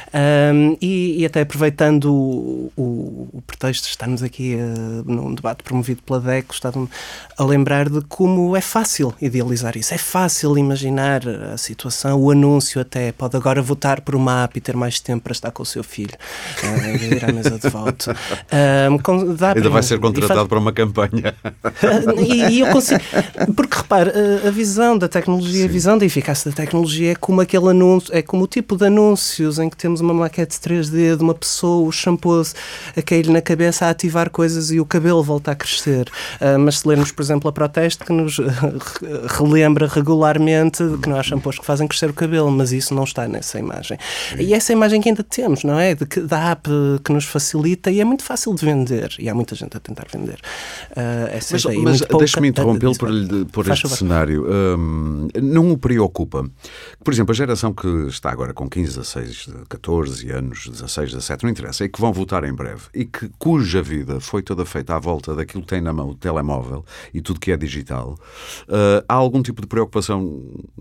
Um, e, e até aproveitando o, o, o pretexto de estarmos aqui uh, num debate promovido pela D E C, gostava-me a lembrar de como é fácil idealizar isso, é fácil imaginar a situação, o anúncio até, pode agora votar por uma app e ter mais tempo para estar com o seu filho, uh, ir à mesa de voto. Um, com, dá Ainda para, vai ser contratado faz... para uma campanha. e, e eu consigo, porque repare, a, a visão da tecnologia, Sim. a visão da eficácia da tecnologia é como aquele anúncio, é como o tipo de anúncios em que temos uma maquete três D de uma pessoa, o shampoo a cair na cabeça começa a ativar coisas e o cabelo volta a crescer. Uh, mas se lermos, por exemplo, a Proteste, que nos uh, relembra regularmente que não há shampoos que fazem crescer o cabelo, mas isso não está nessa imagem. Sim. E essa imagem que ainda temos, não é? De que, da app que nos facilita e é muito fácil de vender. E há muita gente a tentar vender. Uh, essa mas ideia, mas pouca, deixe-me interrompê-lo por, por este favor. cenário. Um, não o preocupa? Por exemplo, a geração que está agora com quinze, dezasseis, catorze anos, dezasseis, dezassete, não interessa, e que vão votar em breve, e que, cuja vida foi toda feita à volta daquilo que tem na mão, o telemóvel e tudo que é digital, uh, há algum tipo de preocupação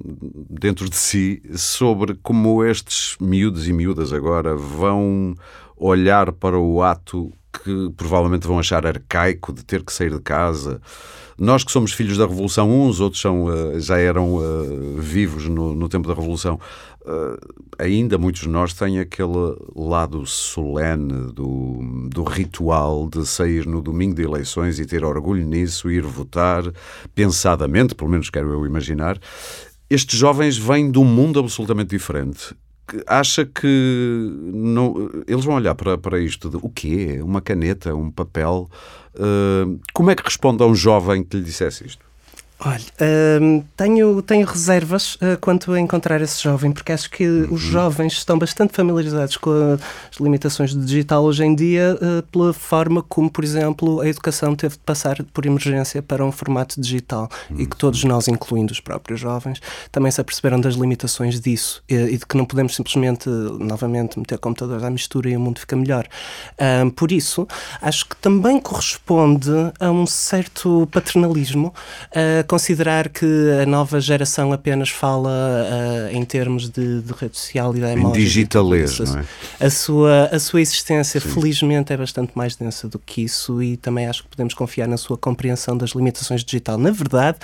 dentro de si sobre como estes miúdos e miúdas agora vão olhar para o ato que provavelmente vão achar arcaico de ter que sair de casa? Nós que somos filhos da Revolução, uns, outros são, uh, já eram uh, vivos no, no tempo da Revolução, uh, ainda muitos de nós têm aquele lado solene do, do ritual de sair no domingo de eleições e ter orgulho nisso, ir votar pensadamente, pelo menos quero eu imaginar. Estes jovens vêm de um mundo absolutamente diferente. Acha que não, eles vão olhar para, para isto de o quê? Uma caneta, um papel? Uh, como é que responde a um jovem que lhe dissesse isto? Olha, hum, tenho, tenho reservas uh, quanto a encontrar esse jovem, porque acho que uhum. os jovens estão bastante familiarizados com as limitações do digital hoje em dia, uh, pela forma como, por exemplo, a educação teve de passar por emergência para um formato digital uhum. e que todos nós, incluindo os próprios jovens, também se aperceberam das limitações disso e, e de que não podemos simplesmente, novamente, meter computadores à mistura e o mundo fica melhor. Um, por isso, acho que também corresponde a um certo paternalismo, uh, considerar que a nova geração apenas fala uh, em termos de, de rede social e da em digitalês, não é? A sua, a sua existência, Sim. felizmente, é bastante mais densa do que isso e também acho que podemos confiar na sua compreensão das limitações digital. Na verdade,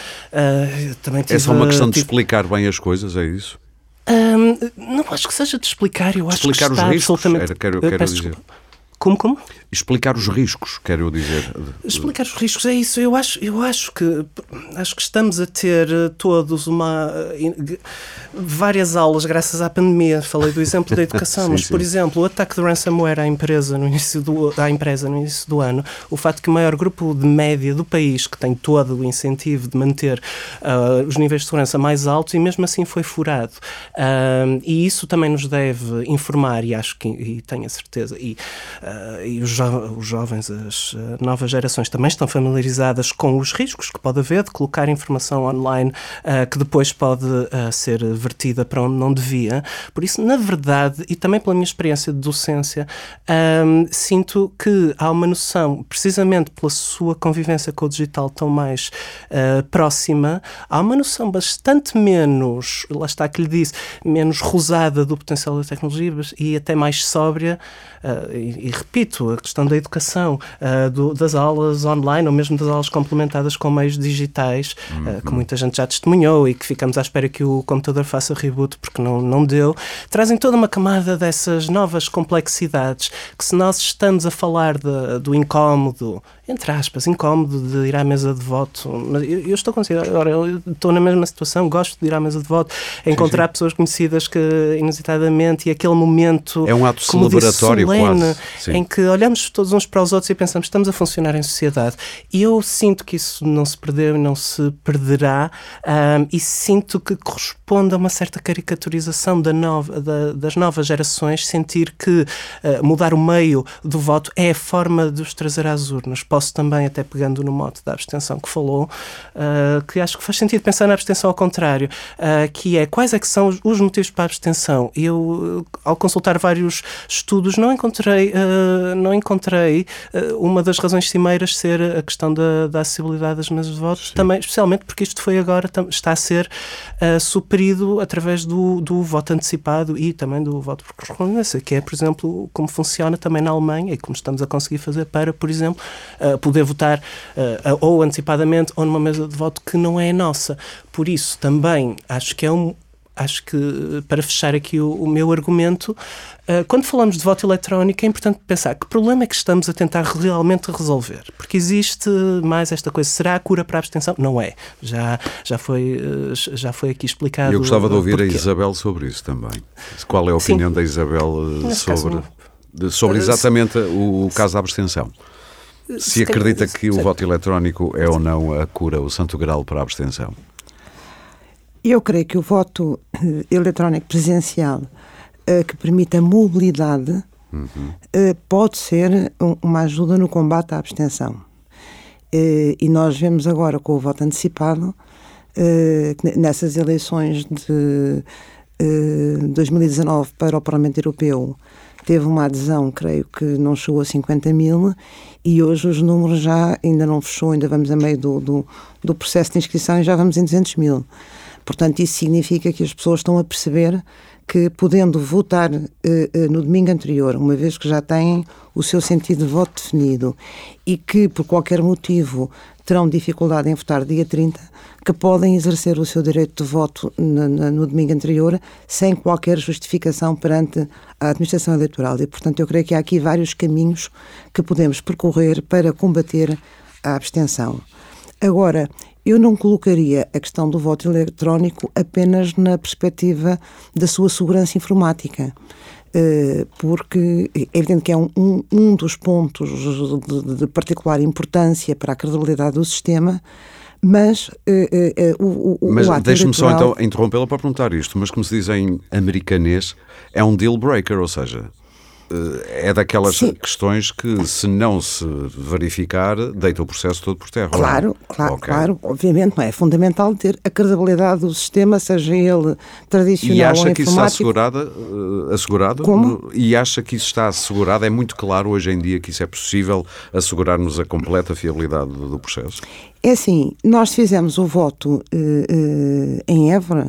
uh, também tive, é só uma questão de tive... explicar bem as coisas, é isso? Um, não acho que seja de explicar, eu acho explicar que os está riscos, absolutamente... era, quero, quero Peço dizer. Desculpa. Como, como? Explicar os riscos, quero eu dizer. Explicar os riscos, é isso. Eu acho, eu acho que acho que estamos a ter todos uma várias aulas graças à pandemia. Falei do exemplo da educação, sim, mas, sim. por exemplo, o ataque de ransomware à empresa no início do, à empresa no início do ano, o facto que o maior grupo de média do país, que tem todo o incentivo de manter uh, os níveis de segurança mais altos, e mesmo assim foi furado. Uh, e isso também nos deve informar, e acho que, e tenho a certeza, e, uh, e os jo- os jovens, as uh, novas gerações também estão familiarizadas com os riscos que pode haver de colocar informação online uh, que depois pode uh, ser vertida para onde não devia. Por isso, na verdade, e também pela minha experiência de docência, um, sinto que há uma noção, precisamente pela sua convivência com o digital tão mais uh, próxima, há uma noção bastante menos, lá está que lhe disse, menos rosada do potencial da tecnologia e até mais sóbria, uh, e, e repito, a questão da educação, uh, do, das aulas online ou mesmo das aulas complementadas com meios digitais, uhum. uh, que muita gente já testemunhou e que ficamos à espera que o computador faça reboot porque não, não deu, trazem toda uma camada dessas novas complexidades que, se nós estamos a falar de, do incómodo, entre aspas, incómodo de ir à mesa de voto, mas eu, eu estou considerando, eu estou na mesma situação, gosto de ir à mesa de voto, encontrar sim, sim. pessoas conhecidas que, inusitadamente, e aquele momento, é um ato como celebratório disse, solene, quase, em que olhamos todos uns para os outros e pensamos, estamos a funcionar em sociedade. E eu sinto que isso não se perdeu e não se perderá, um, e sinto que corresponde a uma certa caricaturização da nova, da, das novas gerações, sentir que uh, mudar o meio do voto é a forma de os trazer às urnas. Posso também, até pegando no mote da abstenção que falou, uh, que acho que faz sentido pensar na abstenção ao contrário, uh, que é quais é que são os, os motivos para a abstenção. Eu, ao consultar vários estudos, não encontrei, uh, não encontrei uh, uma das razões cimeiras ser a questão da, da acessibilidade das mesas de votos, também, especialmente porque isto foi agora, tam, está a ser uh, suprido através do, do voto antecipado e também do voto por correspondência, que é, por exemplo, como funciona também na Alemanha e como estamos a conseguir fazer para, por exemplo, uh, poder votar uh, ou antecipadamente ou numa mesa de voto que não é a nossa. Por isso, também acho que é um Acho que, para fechar aqui o, o meu argumento, uh, quando falamos de voto eletrónico é importante pensar que problema é que estamos a tentar realmente resolver. Porque existe mais esta coisa, será a cura para a abstenção? Não é. Já, já, foi, uh, já foi aqui explicado. Eu gostava de ouvir porquê. a Isabel sobre isso também. Qual é a opinião Sim. da Isabel uh, sobre... Caso, sobre exatamente o, o caso da abstenção. Se acredita que o voto eletrónico é ou não a cura, o santo grau para a abstenção? Eu creio que o voto eletrónico presencial uh, que permite a mobilidade uhum. uh, pode ser um, uma ajuda no combate à abstenção. Uh, e nós vemos agora com o voto antecipado, uh, nessas eleições de uh, dois mil e dezanove para o Parlamento Europeu, teve uma adesão, creio que não chegou a cinquenta mil, e hoje os números já ainda não fechou, ainda vamos a meio do, do, do processo de inscrição e já vamos em duzentos mil. Portanto, isso significa que as pessoas estão a perceber que, podendo votar uh, uh, no domingo anterior, uma vez que já têm o seu sentido de voto definido e que, por qualquer motivo, terão dificuldade em votar dia trinta, que podem exercer o seu direito de voto no, no, no domingo anterior sem qualquer justificação perante a administração eleitoral. E, portanto, eu creio que há aqui vários caminhos que podemos percorrer para combater a abstenção. Agora, eu não colocaria a questão do voto eletrónico apenas na perspectiva da sua segurança informática, porque é evidente que é um, um, um dos pontos de, de particular importância para a credibilidade do sistema, mas uh, uh, uh, o, mas o ato deixe-me eleitoral... só então interrompê-la para perguntar isto, mas como se diz em americanês, é um deal breaker, ou seja... é daquelas Sim. questões que, se não se verificar, deita o processo todo por terra. Claro, claro, okay. claro, obviamente, não é? É fundamental ter a credibilidade do sistema, seja ele tradicional e acha ou que isso está assegurada, uh, assegurado? Como? E acha que isso está assegurado? É muito claro hoje em dia que isso é possível, assegurar-nos a completa fiabilidade do, do processo? É assim, nós fizemos o voto uh, uh, em Évora.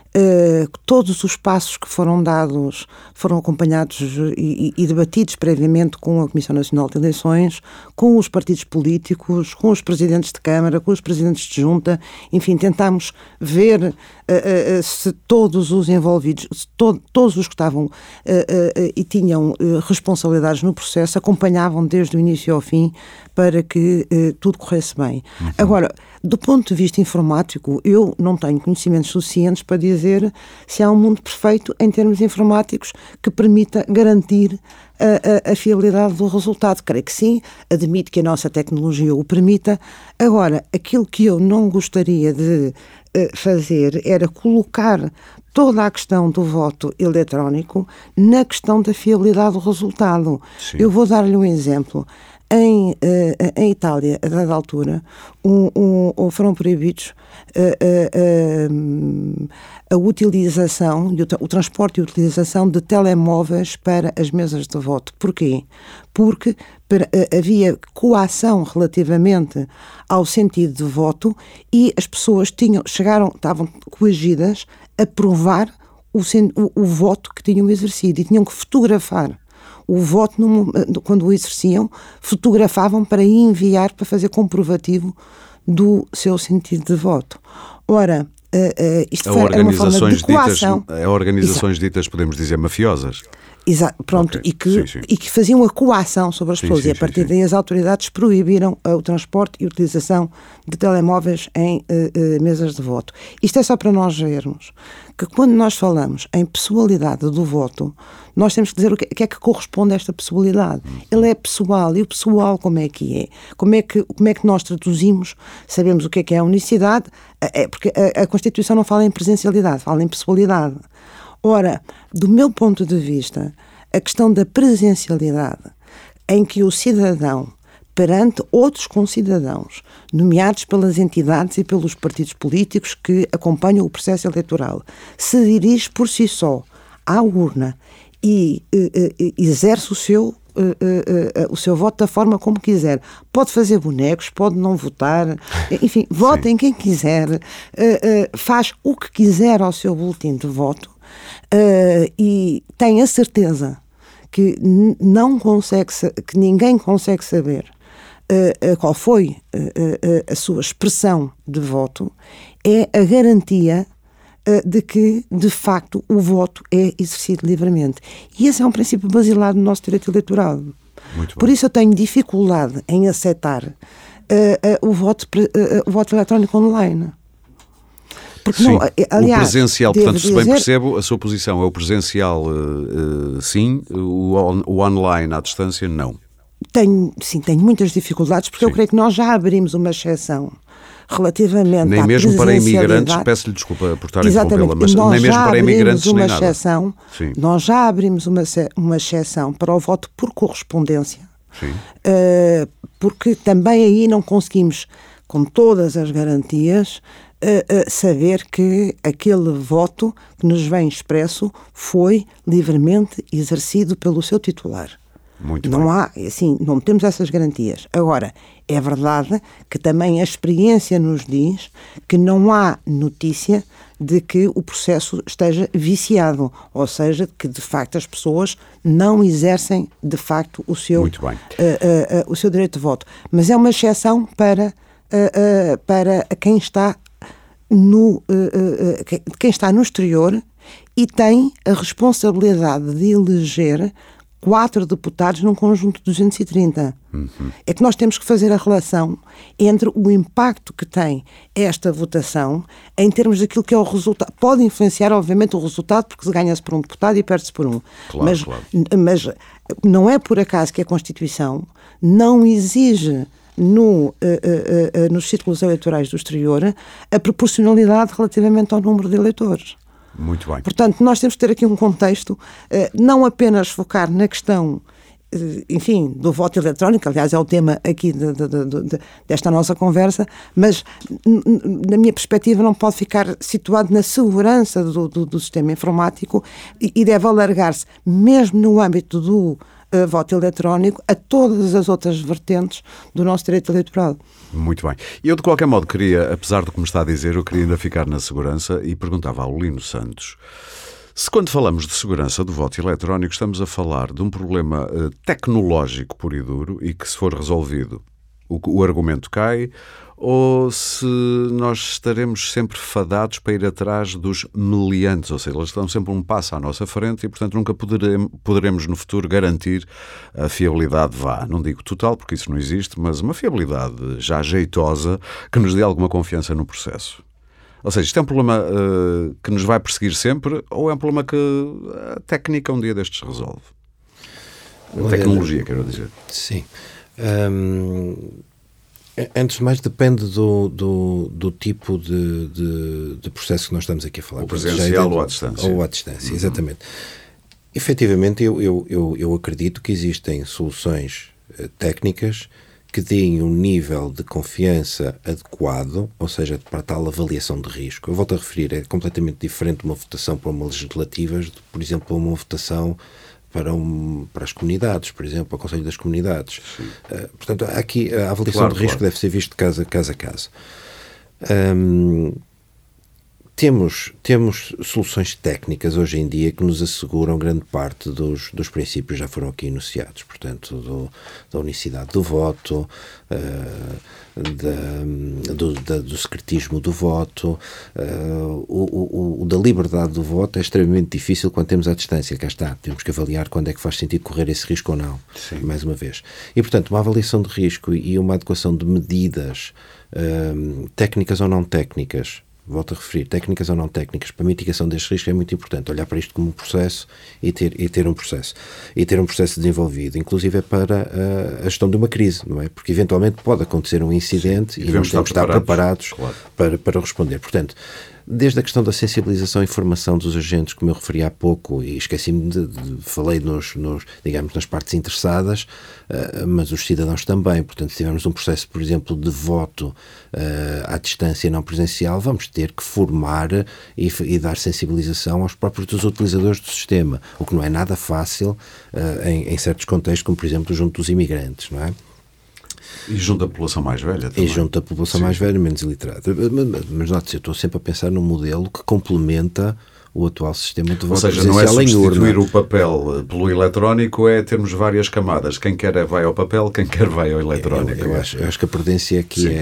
Uh, todos os passos que foram dados foram acompanhados e, e, e debatidos previamente com a Comissão Nacional de Eleições, com os partidos políticos, com os presidentes de Câmara, com os presidentes de Junta, enfim, tentámos ver uh, uh, se todos os envolvidos, se to- todos os que estavam uh, uh, e tinham uh, responsabilidades no processo, acompanhavam desde o início ao fim para que uh, tudo corresse bem. Uhum. Agora, do ponto de vista informático, eu não tenho conhecimentos suficientes para dizer se há um mundo perfeito em termos informáticos que permita garantir a, a, a fiabilidade do resultado. Creio que sim, admito que a nossa tecnologia o permita. Agora, aquilo que eu não gostaria de uh, fazer era colocar toda a questão do voto eletrónico na questão da fiabilidade do resultado. Sim. Eu vou dar-lhe um exemplo. Em, uh, em Itália, a dada altura, um, um, foram proibidos uh, uh, uh, a utilização, o transporte e utilização de telemóveis para as mesas de voto. Porquê? Porque para, uh, havia coação relativamente ao sentido de voto e as pessoas tinham, chegaram, estavam coagidas a provar o, o, o voto que tinham exercido e tinham que fotografar o voto, no, quando o exerciam, fotografavam para enviar, para fazer comprovativo do seu sentido de voto. Ora, uh, uh, isto foi uma forma de coação. Ditas, a organizações Exato. ditas, podemos dizer, mafiosas. Exato, pronto, okay. e, que, sim, sim. e que faziam a coação sobre as sim, pessoas sim, e a partir sim, daí as autoridades proibiram uh, o transporte e utilização de telemóveis em uh, uh, mesas de voto. Isto é só para nós vermos que quando nós falamos em pessoalidade do voto, nós temos que dizer o que, que é que corresponde a esta pessoalidade. Ele é pessoal, e o pessoal como é que é? Como é que, como é que nós traduzimos? Sabemos o que é que é a unicidade, é, porque a, a Constituição não fala em presencialidade, fala em pessoalidade. Ora, do meu ponto de vista, a questão da presencialidade, em que o cidadão, perante outros concidadãos, nomeados pelas entidades e pelos partidos políticos que acompanham o processo eleitoral, se dirige por si só à urna e eh, eh, exerce o seu, eh, eh, o seu voto da forma como quiser. Pode fazer bonecos, pode não votar, enfim, votem quem quiser, eh, eh, faz o que quiser ao seu boletim de voto. Uh, e tem a certeza que n- não consegue, que ninguém consegue saber uh, uh, qual foi uh, uh, a sua expressão de voto, é a garantia uh, de que, de facto, o voto é exercido livremente. E esse é um princípio basilar do nosso direito eleitoral. Por isso eu tenho dificuldade em aceitar uh, uh, o, voto, uh, uh, o voto eletrónico online. Porque sim. Não, aliás, o presencial, portanto, se bem dizer... percebo, a sua posição é o presencial, uh, uh, sim, o, on, o online à distância, não. Tenho, sim, tenho muitas dificuldades, porque sim. eu creio que nós já abrimos uma exceção relativamente nem à mesmo para imigrantes, peço-lhe desculpa por estar a interrompê-la, mas nós nem mesmo para imigrantes uma nem nada. Exceção, nós já abrimos uma, uma exceção para o voto por correspondência, uh, porque também aí não conseguimos, com todas as garantias, uh, uh, saber que aquele voto que nos vem expresso foi livremente exercido pelo seu titular. Muito não bem. há, assim, não temos essas garantias. Agora, é verdade que também a experiência nos diz que não há notícia de que o processo esteja viciado, ou seja, que de facto as pessoas não exercem de facto o seu, Muito bem. Uh, uh, uh, o seu direito de voto. Mas é uma exceção para, uh, uh, para quem está no, uh, uh, quem está no exterior e tem a responsabilidade de eleger quatro deputados num conjunto de duzentos e trinta. Uhum. É que nós temos que fazer a relação entre o impacto que tem esta votação em termos daquilo que é o resultado. Pode influenciar, obviamente, o resultado, porque se ganha-se por um deputado e perde-se por um. Claro, mas, claro. mas não é por acaso que a Constituição não exige no, uh, uh, uh, nos círculos eleitorais do exterior a proporcionalidade relativamente ao número de eleitores. Muito bem. Portanto, nós temos que ter aqui um contexto, não apenas focar na questão, enfim, do voto eletrónico, aliás é o tema aqui de, de, de, de, desta nossa conversa, mas na minha perspectiva não pode ficar situado na segurança do, do, do sistema informático e, e deve alargar-se, mesmo no âmbito do uh, voto eletrónico, a todas as outras vertentes do nosso direito eleitoral. Muito bem. Eu, de qualquer modo, queria, apesar do que me está a dizer, eu queria ainda ficar na segurança e perguntava ao Lino Santos se, quando falamos de segurança do voto eletrónico, estamos a falar de um problema uh, tecnológico puro e duro e que, se for resolvido, o, o argumento cai, ou se nós estaremos sempre fadados para ir atrás dos meliantes, ou seja, eles estão sempre um passo à nossa frente e, portanto, nunca poderemos, poderemos no futuro garantir a fiabilidade, vá, não digo total, porque isso não existe, mas uma fiabilidade já jeitosa que nos dê alguma confiança no processo. Ou seja, isto é um problema uh, que nos vai perseguir sempre ou é um problema que a técnica um dia destes resolve? A tecnologia, quero dizer. Sim. Um... Antes de mais, depende do, do, do tipo de, de, de processo que nós estamos aqui a falar. O presencial ou à distância. Ou à distância, uhum. Exatamente. Efetivamente, eu, eu, eu, eu acredito que existem soluções uh, técnicas que deem um nível de confiança adequado, ou seja, para tal avaliação de risco. Eu volto a referir, é completamente diferente uma votação para uma legislativa, por exemplo, uma votação Para, um, para as comunidades, por exemplo, para o Conselho das Comunidades. Uh, portanto, aqui a avaliação claro, de risco claro. deve ser vista caso a caso. A caso. Um, temos, temos soluções técnicas hoje em dia que nos asseguram grande parte dos, dos princípios já foram aqui enunciados, portanto, do, da unicidade do voto, uh, da, do, da, do secretismo do voto, uh, o, o, o da liberdade do voto é extremamente difícil quando temos à distância, cá está, temos que avaliar quando é que faz sentido correr esse risco ou não, Sim. mais uma vez. E, portanto, uma avaliação de risco e uma adequação de medidas uh, técnicas ou não técnicas, volto a referir, técnicas ou não técnicas, para a mitigação deste risco é muito importante, olhar para isto como um processo e ter, e ter um processo. E ter um processo desenvolvido, inclusive é para a, a gestão de uma crise, não é? Porque eventualmente pode acontecer um incidente Sim, e, e não temos que estar preparados, preparados claro. para, para responder. Portanto, desde a questão da sensibilização e formação dos agentes, como eu referi há pouco, e esqueci-me de, de falei nos, nos, digamos, nas partes interessadas, uh, mas os cidadãos também. Portanto, se tivermos um processo, por exemplo, de voto uh, à distância não presencial, vamos ter que formar e, e dar sensibilização aos próprios dos utilizadores do sistema, o que não é nada fácil uh, em, em certos contextos, como por exemplo junto dos imigrantes, não é? E junto da população mais velha também. E junto da população Sim. mais velha, menos iliterada. Mas, mas note-se, eu estou sempre a pensar num modelo que complementa o atual sistema de Ou voto seja, não é presencial em substituir urna. o papel pelo eletrónico, é termos várias camadas. Quem quer vai ao papel, quem quer vai ao eletrónico. Eu, eu, acho, eu acho que a prudência aqui é,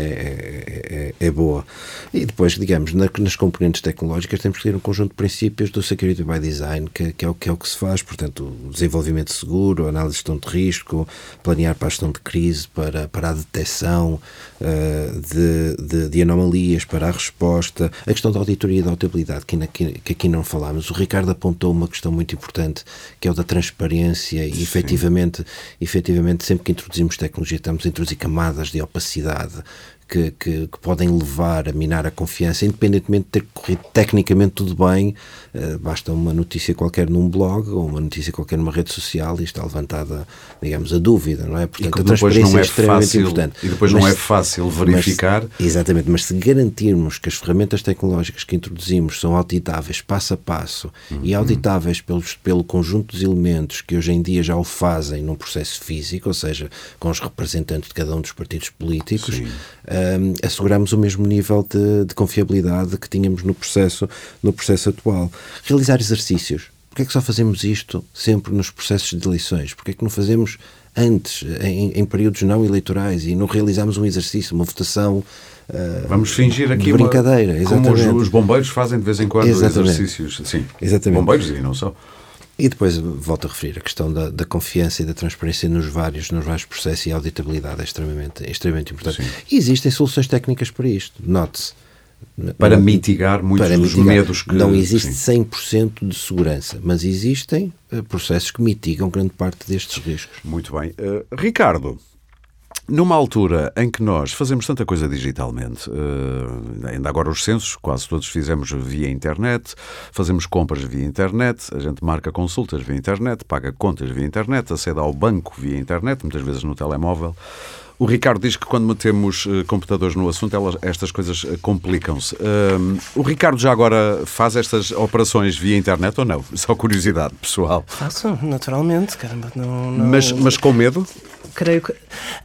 é, é, é boa. E depois, digamos, na, nas componentes tecnológicas temos que ter um conjunto de princípios do Security by Design, que, que, é, o, que é o que se faz. Portanto, o desenvolvimento seguro, a análise de gestão de risco, planear para a gestão de crise, para, para a detecção uh, de, de, de anomalias, para a resposta, a questão da auditoria e da auditabilidade, que, que, que aqui não falámos. O Ricardo apontou uma questão muito importante, que é o da transparência e, efetivamente, efetivamente, sempre que introduzimos tecnologia, estamos a introduzir camadas de opacidade que, que, que podem levar a minar a confiança, independentemente de ter corrido tecnicamente tudo bem. Uh, basta uma notícia qualquer num blog ou uma notícia qualquer numa rede social e está levantada, digamos, a dúvida, não é? Portanto, e a transparência não é, é extremamente fácil, importante. E depois mas, não é fácil verificar. Mas, exatamente, mas se garantirmos que as ferramentas tecnológicas que introduzimos são auditáveis passo a passo uhum. e auditáveis pelos, pelo conjunto dos elementos que hoje em dia já o fazem num processo físico, ou seja, com os representantes de cada um dos partidos políticos, um, asseguramos o mesmo nível de, de confiabilidade que tínhamos no processo, no processo atual. Realizar exercícios. Porquê é que só fazemos isto sempre nos processos de eleições? Porquê é que não fazemos antes, em, em períodos não eleitorais, e não realizamos um exercício, uma votação? Uh, Vamos fingir aqui brincadeira, uma, como os, os bombeiros fazem de vez em quando exatamente. exercícios. Sim, exatamente. Bombeiros e não só. E depois, volto a referir, a questão da, da confiança e da transparência nos vários, nos vários processos, e a auditabilidade é extremamente, é extremamente importante. Sim. E existem soluções técnicas para isto, note-se. Para não, mitigar muitos para dos mitigar. medos que... Não existe sim. cem por cento de segurança, mas existem uh, processos que mitigam grande parte destes riscos. Muito bem. Uh, Ricardo, numa altura em que nós fazemos tanta coisa digitalmente, uh, ainda agora os censos, quase todos fizemos via internet, fazemos compras via internet, a gente marca consultas via internet, paga contas via internet, acede ao banco via internet, muitas vezes no telemóvel. O Ricardo diz que quando metemos uh, computadores no assunto, elas, estas coisas uh, complicam-se. Uh, o Ricardo já agora faz estas operações via internet ou não? Só curiosidade pessoal. Faço, naturalmente, caramba. Não, não... Mas, mas com medo? Creio que...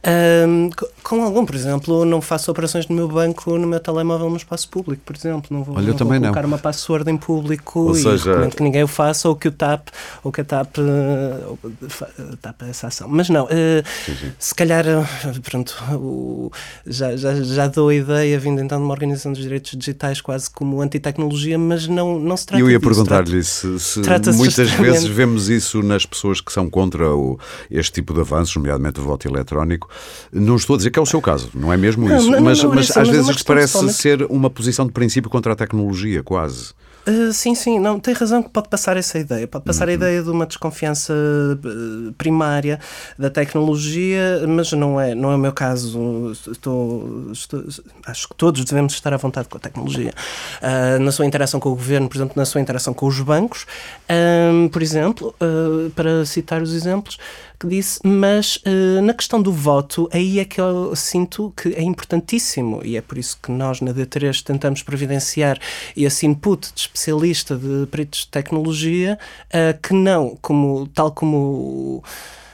Um, com algum, por exemplo, não faço operações no meu banco, no meu telemóvel, no espaço público, por exemplo. Não vou, Olha, não também vou colocar não. uma password em público ou e seja... recomendo que ninguém o faça, ou que o TAP, ou que a TAP, uh, TAP essa ação. Mas não, uh, sim, sim. se calhar... Pronto, o, já, já, já dou a ideia, vindo então de uma organização dos direitos digitais quase como antitecnologia, mas não, não se trata disso. Eu ia perguntar-lhe se, se muitas vezes vemos isso nas pessoas que são contra o, este tipo de avanços, nomeadamente o voto eletrónico. Não estou a dizer que é o seu caso, não é mesmo isso, não, não, mas, não, não, mas isso, às mas vezes parece somente... ser uma posição de princípio contra a tecnologia, quase. Uh, sim, sim, não, tem razão que pode passar essa ideia, pode passar uhum. a ideia de uma desconfiança uh, primária da tecnologia, mas não é, não é o meu caso. Estou, estou, acho que todos devemos estar à vontade com a tecnologia. Uh, na sua interação com o governo, por exemplo, na sua interação com os bancos, um, por exemplo, uh, para citar os exemplos que disse, mas uh, na questão do voto, aí é que eu sinto que é importantíssimo, e é por isso que nós na D três tentamos providenciar esse input de especialista de peritos de tecnologia, uh, que não, como, tal como...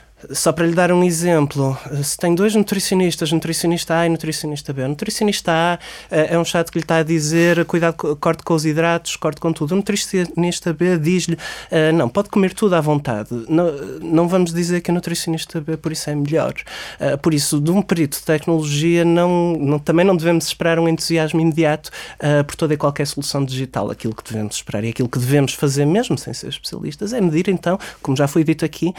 Só para lhe dar um exemplo, se tem dois nutricionistas, nutricionista A e nutricionista B, o nutricionista A é um chato que lhe está a dizer cuidado, corte com os hidratos, corte com tudo. O nutricionista B diz-lhe não, pode comer tudo à vontade. Não, não vamos dizer que o nutricionista B por isso é melhor. Por isso, de um perito de tecnologia não, não, também não devemos esperar um entusiasmo imediato por toda e qualquer solução digital. Aquilo que devemos esperar e aquilo que devemos fazer mesmo sem ser especialistas é medir então, como já foi dito aqui,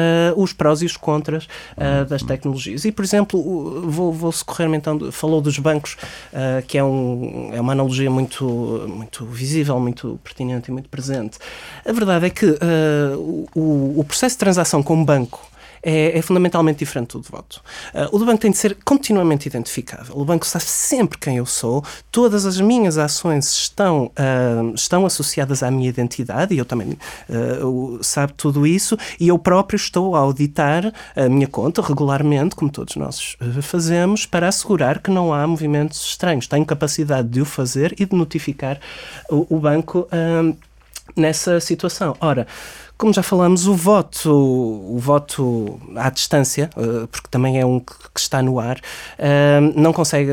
os prós e os contras uh, das tecnologias. E, por exemplo, vou, vou socorrer-me então, falou dos bancos, uh, que é, um, é uma analogia muito, muito visível, muito pertinente e muito presente. A verdade é que uh, o, o processo de transação com um banco É, é fundamentalmente diferente do de voto. Uh, o do banco tem de ser continuamente identificável. O banco sabe sempre quem eu sou, todas as minhas ações estão, uh, estão associadas à minha identidade, e eu também uh, sabe tudo isso, e eu próprio estou a auditar a minha conta regularmente, como todos nós uh, fazemos, para assegurar que não há movimentos estranhos. Tenho capacidade de o fazer e de notificar o, o banco uh, nessa situação. Ora, Como já falamos, o voto, o voto à distância, porque também é um que está no ar, não consegue,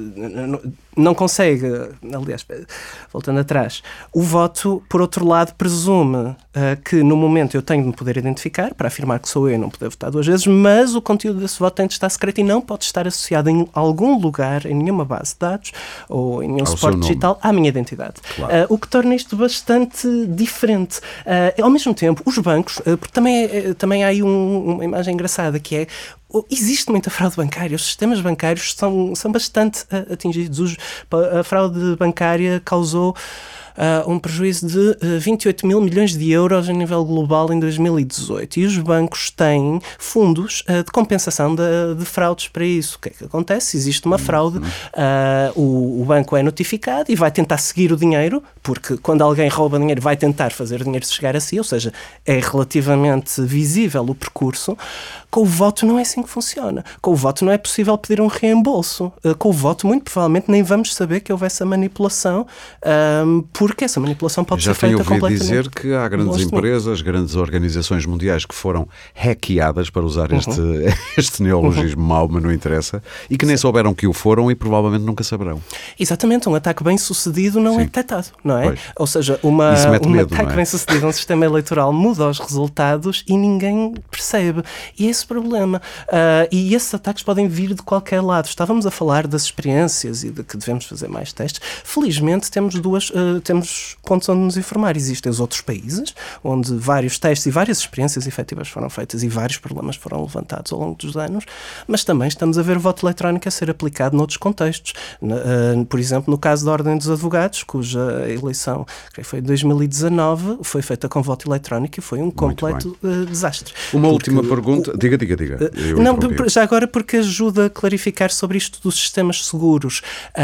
não consegue, aliás, voltando atrás, o voto, por outro lado, presume que no momento eu tenho de me poder identificar para afirmar que sou eu e não poder votar duas vezes, mas o conteúdo desse voto tem de estar secreto e não pode estar associado em algum lugar, em nenhuma base de dados ou em nenhum suporte digital à minha identidade. Claro. O que torna isto bastante diferente. Ao mesmo tempo, os bancos, porque também, é, também há aí um, uma imagem engraçada que é, existe muita fraude bancária, os sistemas bancários são, são bastante atingidos. A fraude bancária causou Uh, um prejuízo de uh, vinte e oito mil milhões de euros a nível global em dois mil e dezoito. E os bancos têm fundos uh, de compensação de, de fraudes para isso. O que é que acontece? Existe uma fraude, uh, o, o banco é notificado e vai tentar seguir o dinheiro, porque quando alguém rouba dinheiro vai tentar fazer o dinheiro chegar a si, ou seja, é relativamente visível o percurso. Com o voto não é assim que funciona. Com o voto não é possível pedir um reembolso. Uh, com o voto, muito provavelmente, nem vamos saber que houve essa manipulação, um, porque essa manipulação pode Já ser feita completamente. Já tenho ouvido dizer que há grandes empresas, grandes organizações mundiais que foram hackeadas, para usar este, uhum. este neologismo uhum. mau, mas não interessa, e que nem Sim. souberam que o foram e provavelmente nunca saberão. Exatamente, um ataque bem sucedido não Sim. é detectado, não é? Pois. Ou seja, uma, um medo, ataque é? bem sucedido a um sistema eleitoral muda os resultados e ninguém percebe. E esse problema. Uh, e esses ataques podem vir de qualquer lado. Estávamos a falar das experiências e de que devemos fazer mais testes. Felizmente temos duas, uh, temos pontos onde nos informar. Existem os outros países, onde vários testes e várias experiências efetivas foram feitas e vários problemas foram levantados ao longo dos anos, mas também estamos a ver o voto eletrónico a ser aplicado noutros contextos. Uh, por exemplo, no caso da Ordem dos Advogados, cuja eleição creio, foi em dois mil e dezanove, foi feita com voto eletrónico e foi um completo uh, desastre. Uma Porque última pergunta. O, Diga, diga, diga. Eu não, já agora porque ajuda a clarificar sobre isto dos sistemas seguros.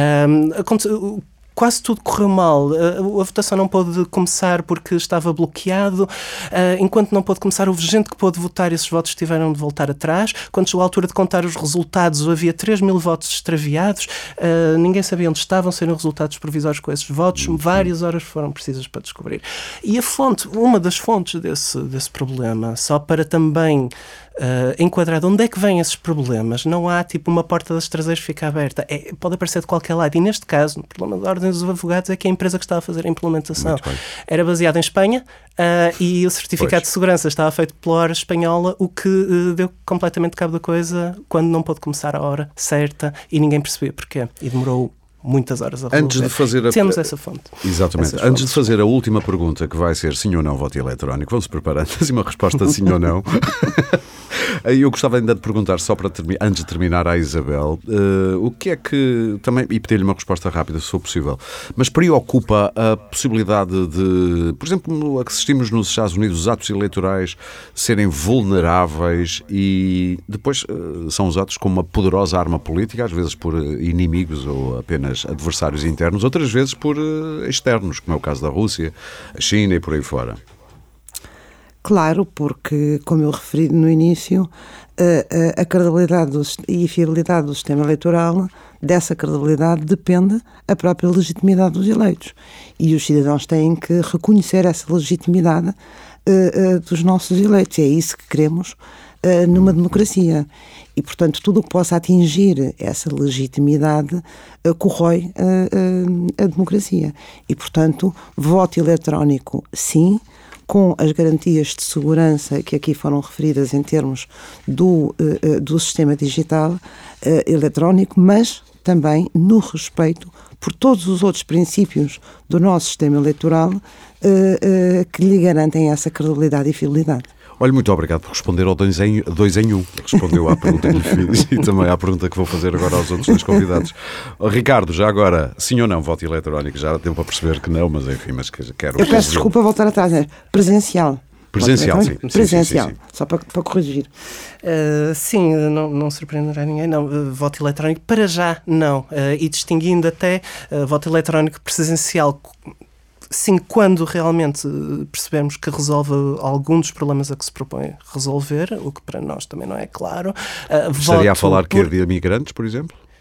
Um, Quase tudo correu mal. A votação não pôde começar porque estava bloqueado. Enquanto não pôde começar, houve gente que pôde votar e esses votos tiveram de voltar atrás. Quando chegou a altura de contar os resultados, havia três mil votos extraviados. Ninguém sabia onde estavam, saíram resultados provisórios com esses votos. Várias horas foram precisas para descobrir. E a fonte, uma das fontes desse, desse problema, só para também Uh, enquadrado onde é que vêm esses problemas, não há tipo uma porta das traseiras que fica aberta, é, pode aparecer de qualquer lado, e neste caso, o problema da Ordem dos Advogados é que a empresa que estava a fazer a implementação era baseada em Espanha uh, e o certificado pois. de segurança estava feito pela hora espanhola, o que uh, deu completamente cabo da coisa quando não pôde começar a hora certa e ninguém percebia porquê, e demorou muitas horas a resolver. Antes de fazer a... Temos essa fonte. Exatamente. Antes fontes. de fazer a última pergunta, que vai ser sim ou não voto eletrónico, vamos preparando assim uma resposta sim ou não. Eu gostava ainda de perguntar, só para termi- antes de terminar, à Isabel, uh, o que é que, também, e pedir-lhe uma resposta rápida, se for possível, mas preocupa a possibilidade de, por exemplo, assistimos nos Estados Unidos os atos eleitorais serem vulneráveis e depois uh, são usados como uma poderosa arma política, às vezes por inimigos ou apenas adversários internos, outras vezes por uh, externos, como é o caso da Rússia, a China e por aí fora. Claro, porque, como eu referi no início, a, a, a credibilidade do, e a fiabilidade do sistema eleitoral, dessa credibilidade depende a própria legitimidade dos eleitos. E os cidadãos têm que reconhecer essa legitimidade uh, uh, dos nossos eleitos. E é isso que queremos uh, numa democracia. E, portanto, tudo o que possa atingir essa legitimidade uh, corrói uh, uh, a democracia. E, portanto, voto eletrónico, sim, com as garantias de segurança que aqui foram referidas em termos do, uh, do sistema digital uh, eletrónico, mas também no respeito por todos os outros princípios do nosso sistema eleitoral uh, uh, que lhe garantem essa credibilidade e fidelidade. Olha, muito obrigado por responder ao dois em, dois em um. Respondeu à pergunta que lhe fiz e também à pergunta que vou fazer agora aos outros dois convidados. Oh, Ricardo, já agora, sim ou não, voto eletrónico? Já deu para perceber que não, mas enfim, mas quero... Eu peço desculpa voltar atrás, é presencial. Presencial, sim. Presencial, sim, sim, sim. Só para, para corrigir. Uh, sim, não, não surpreenderá ninguém, não. Uh, voto eletrónico, para já, não. Uh, e distinguindo até uh, voto eletrónico presencial... Sim, quando realmente percebemos que resolve algum dos problemas a que se propõe resolver, o que para nós também não é claro. Uh, Estaria a falar por... que é de imigrantes, por exemplo?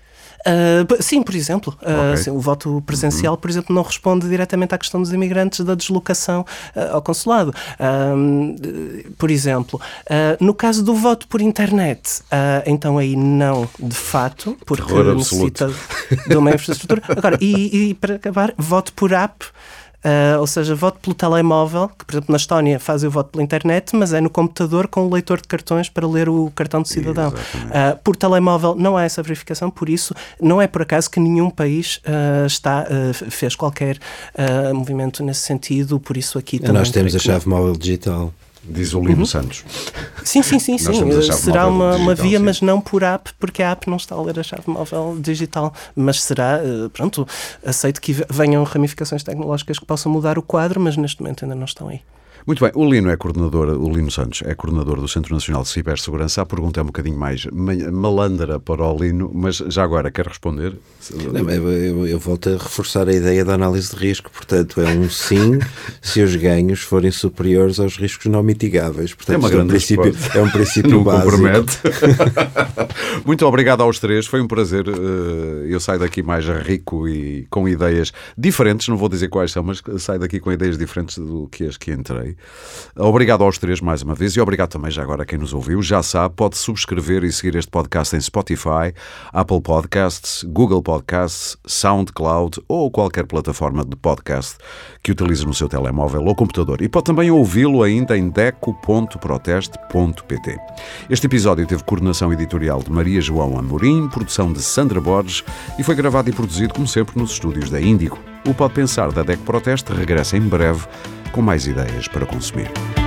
Uh, sim, por exemplo. Uh, Okay. sim, o voto presencial, uhum. por exemplo, não responde diretamente à questão dos imigrantes da deslocação uh, ao consulado. Uh, por exemplo, uh, no caso do voto por internet, uh, então aí não, de fato, porque Terror necessita absoluto. de uma infraestrutura. Agora, e, e para acabar, voto por app. Uh, ou seja, voto pelo telemóvel, que por exemplo na Estónia fazem o voto pela internet, mas é no computador com o leitor de cartões para ler o cartão de cidadão. Uh, por telemóvel não há essa verificação, por isso não é por acaso que nenhum país uh, está, uh, fez qualquer uh, movimento nesse sentido, por isso aqui também... Nós temos a chave móvel digital. Diz o Lino uhum. Santos. Sim, sim, sim, sim. Será uma, digital, uma via, sim. mas não por app, porque a app não está a ler a chave móvel digital. Mas será, pronto, aceito que venham ramificações tecnológicas que possam mudar o quadro, mas neste momento ainda não estão aí. Muito bem, o Lino é coordenador, o Lino Santos é coordenador do Centro Nacional de Cibersegurança. A pergunta é um bocadinho mais malandra para o Lino, mas já agora quer responder? Não, eu, eu, eu volto a reforçar a ideia da análise de risco, portanto é um sim se os ganhos forem superiores aos riscos não mitigáveis. Portanto, é uma grande é um princípio, é um princípio básico. Compromete. Muito obrigado aos três, foi um prazer. Eu saio daqui mais rico e com ideias diferentes, não vou dizer quais são, mas saio daqui com ideias diferentes do que as que entrei. Obrigado aos três mais uma vez e obrigado também já agora a quem nos ouviu. Já sabe, pode subscrever e seguir este podcast em Spotify, Apple Podcasts, Google Podcasts, SoundCloud ou qualquer plataforma de podcast que utilize no seu telemóvel ou computador. E pode também ouvi-lo ainda em deco ponto proteste ponto pt. Este episódio teve coordenação editorial de Maria João Amorim, produção de Sandra Borges e foi gravado e produzido, como sempre, nos estúdios da Índigo. O Pode Pensar da DECO Proteste regressa em breve com mais ideias para consumir.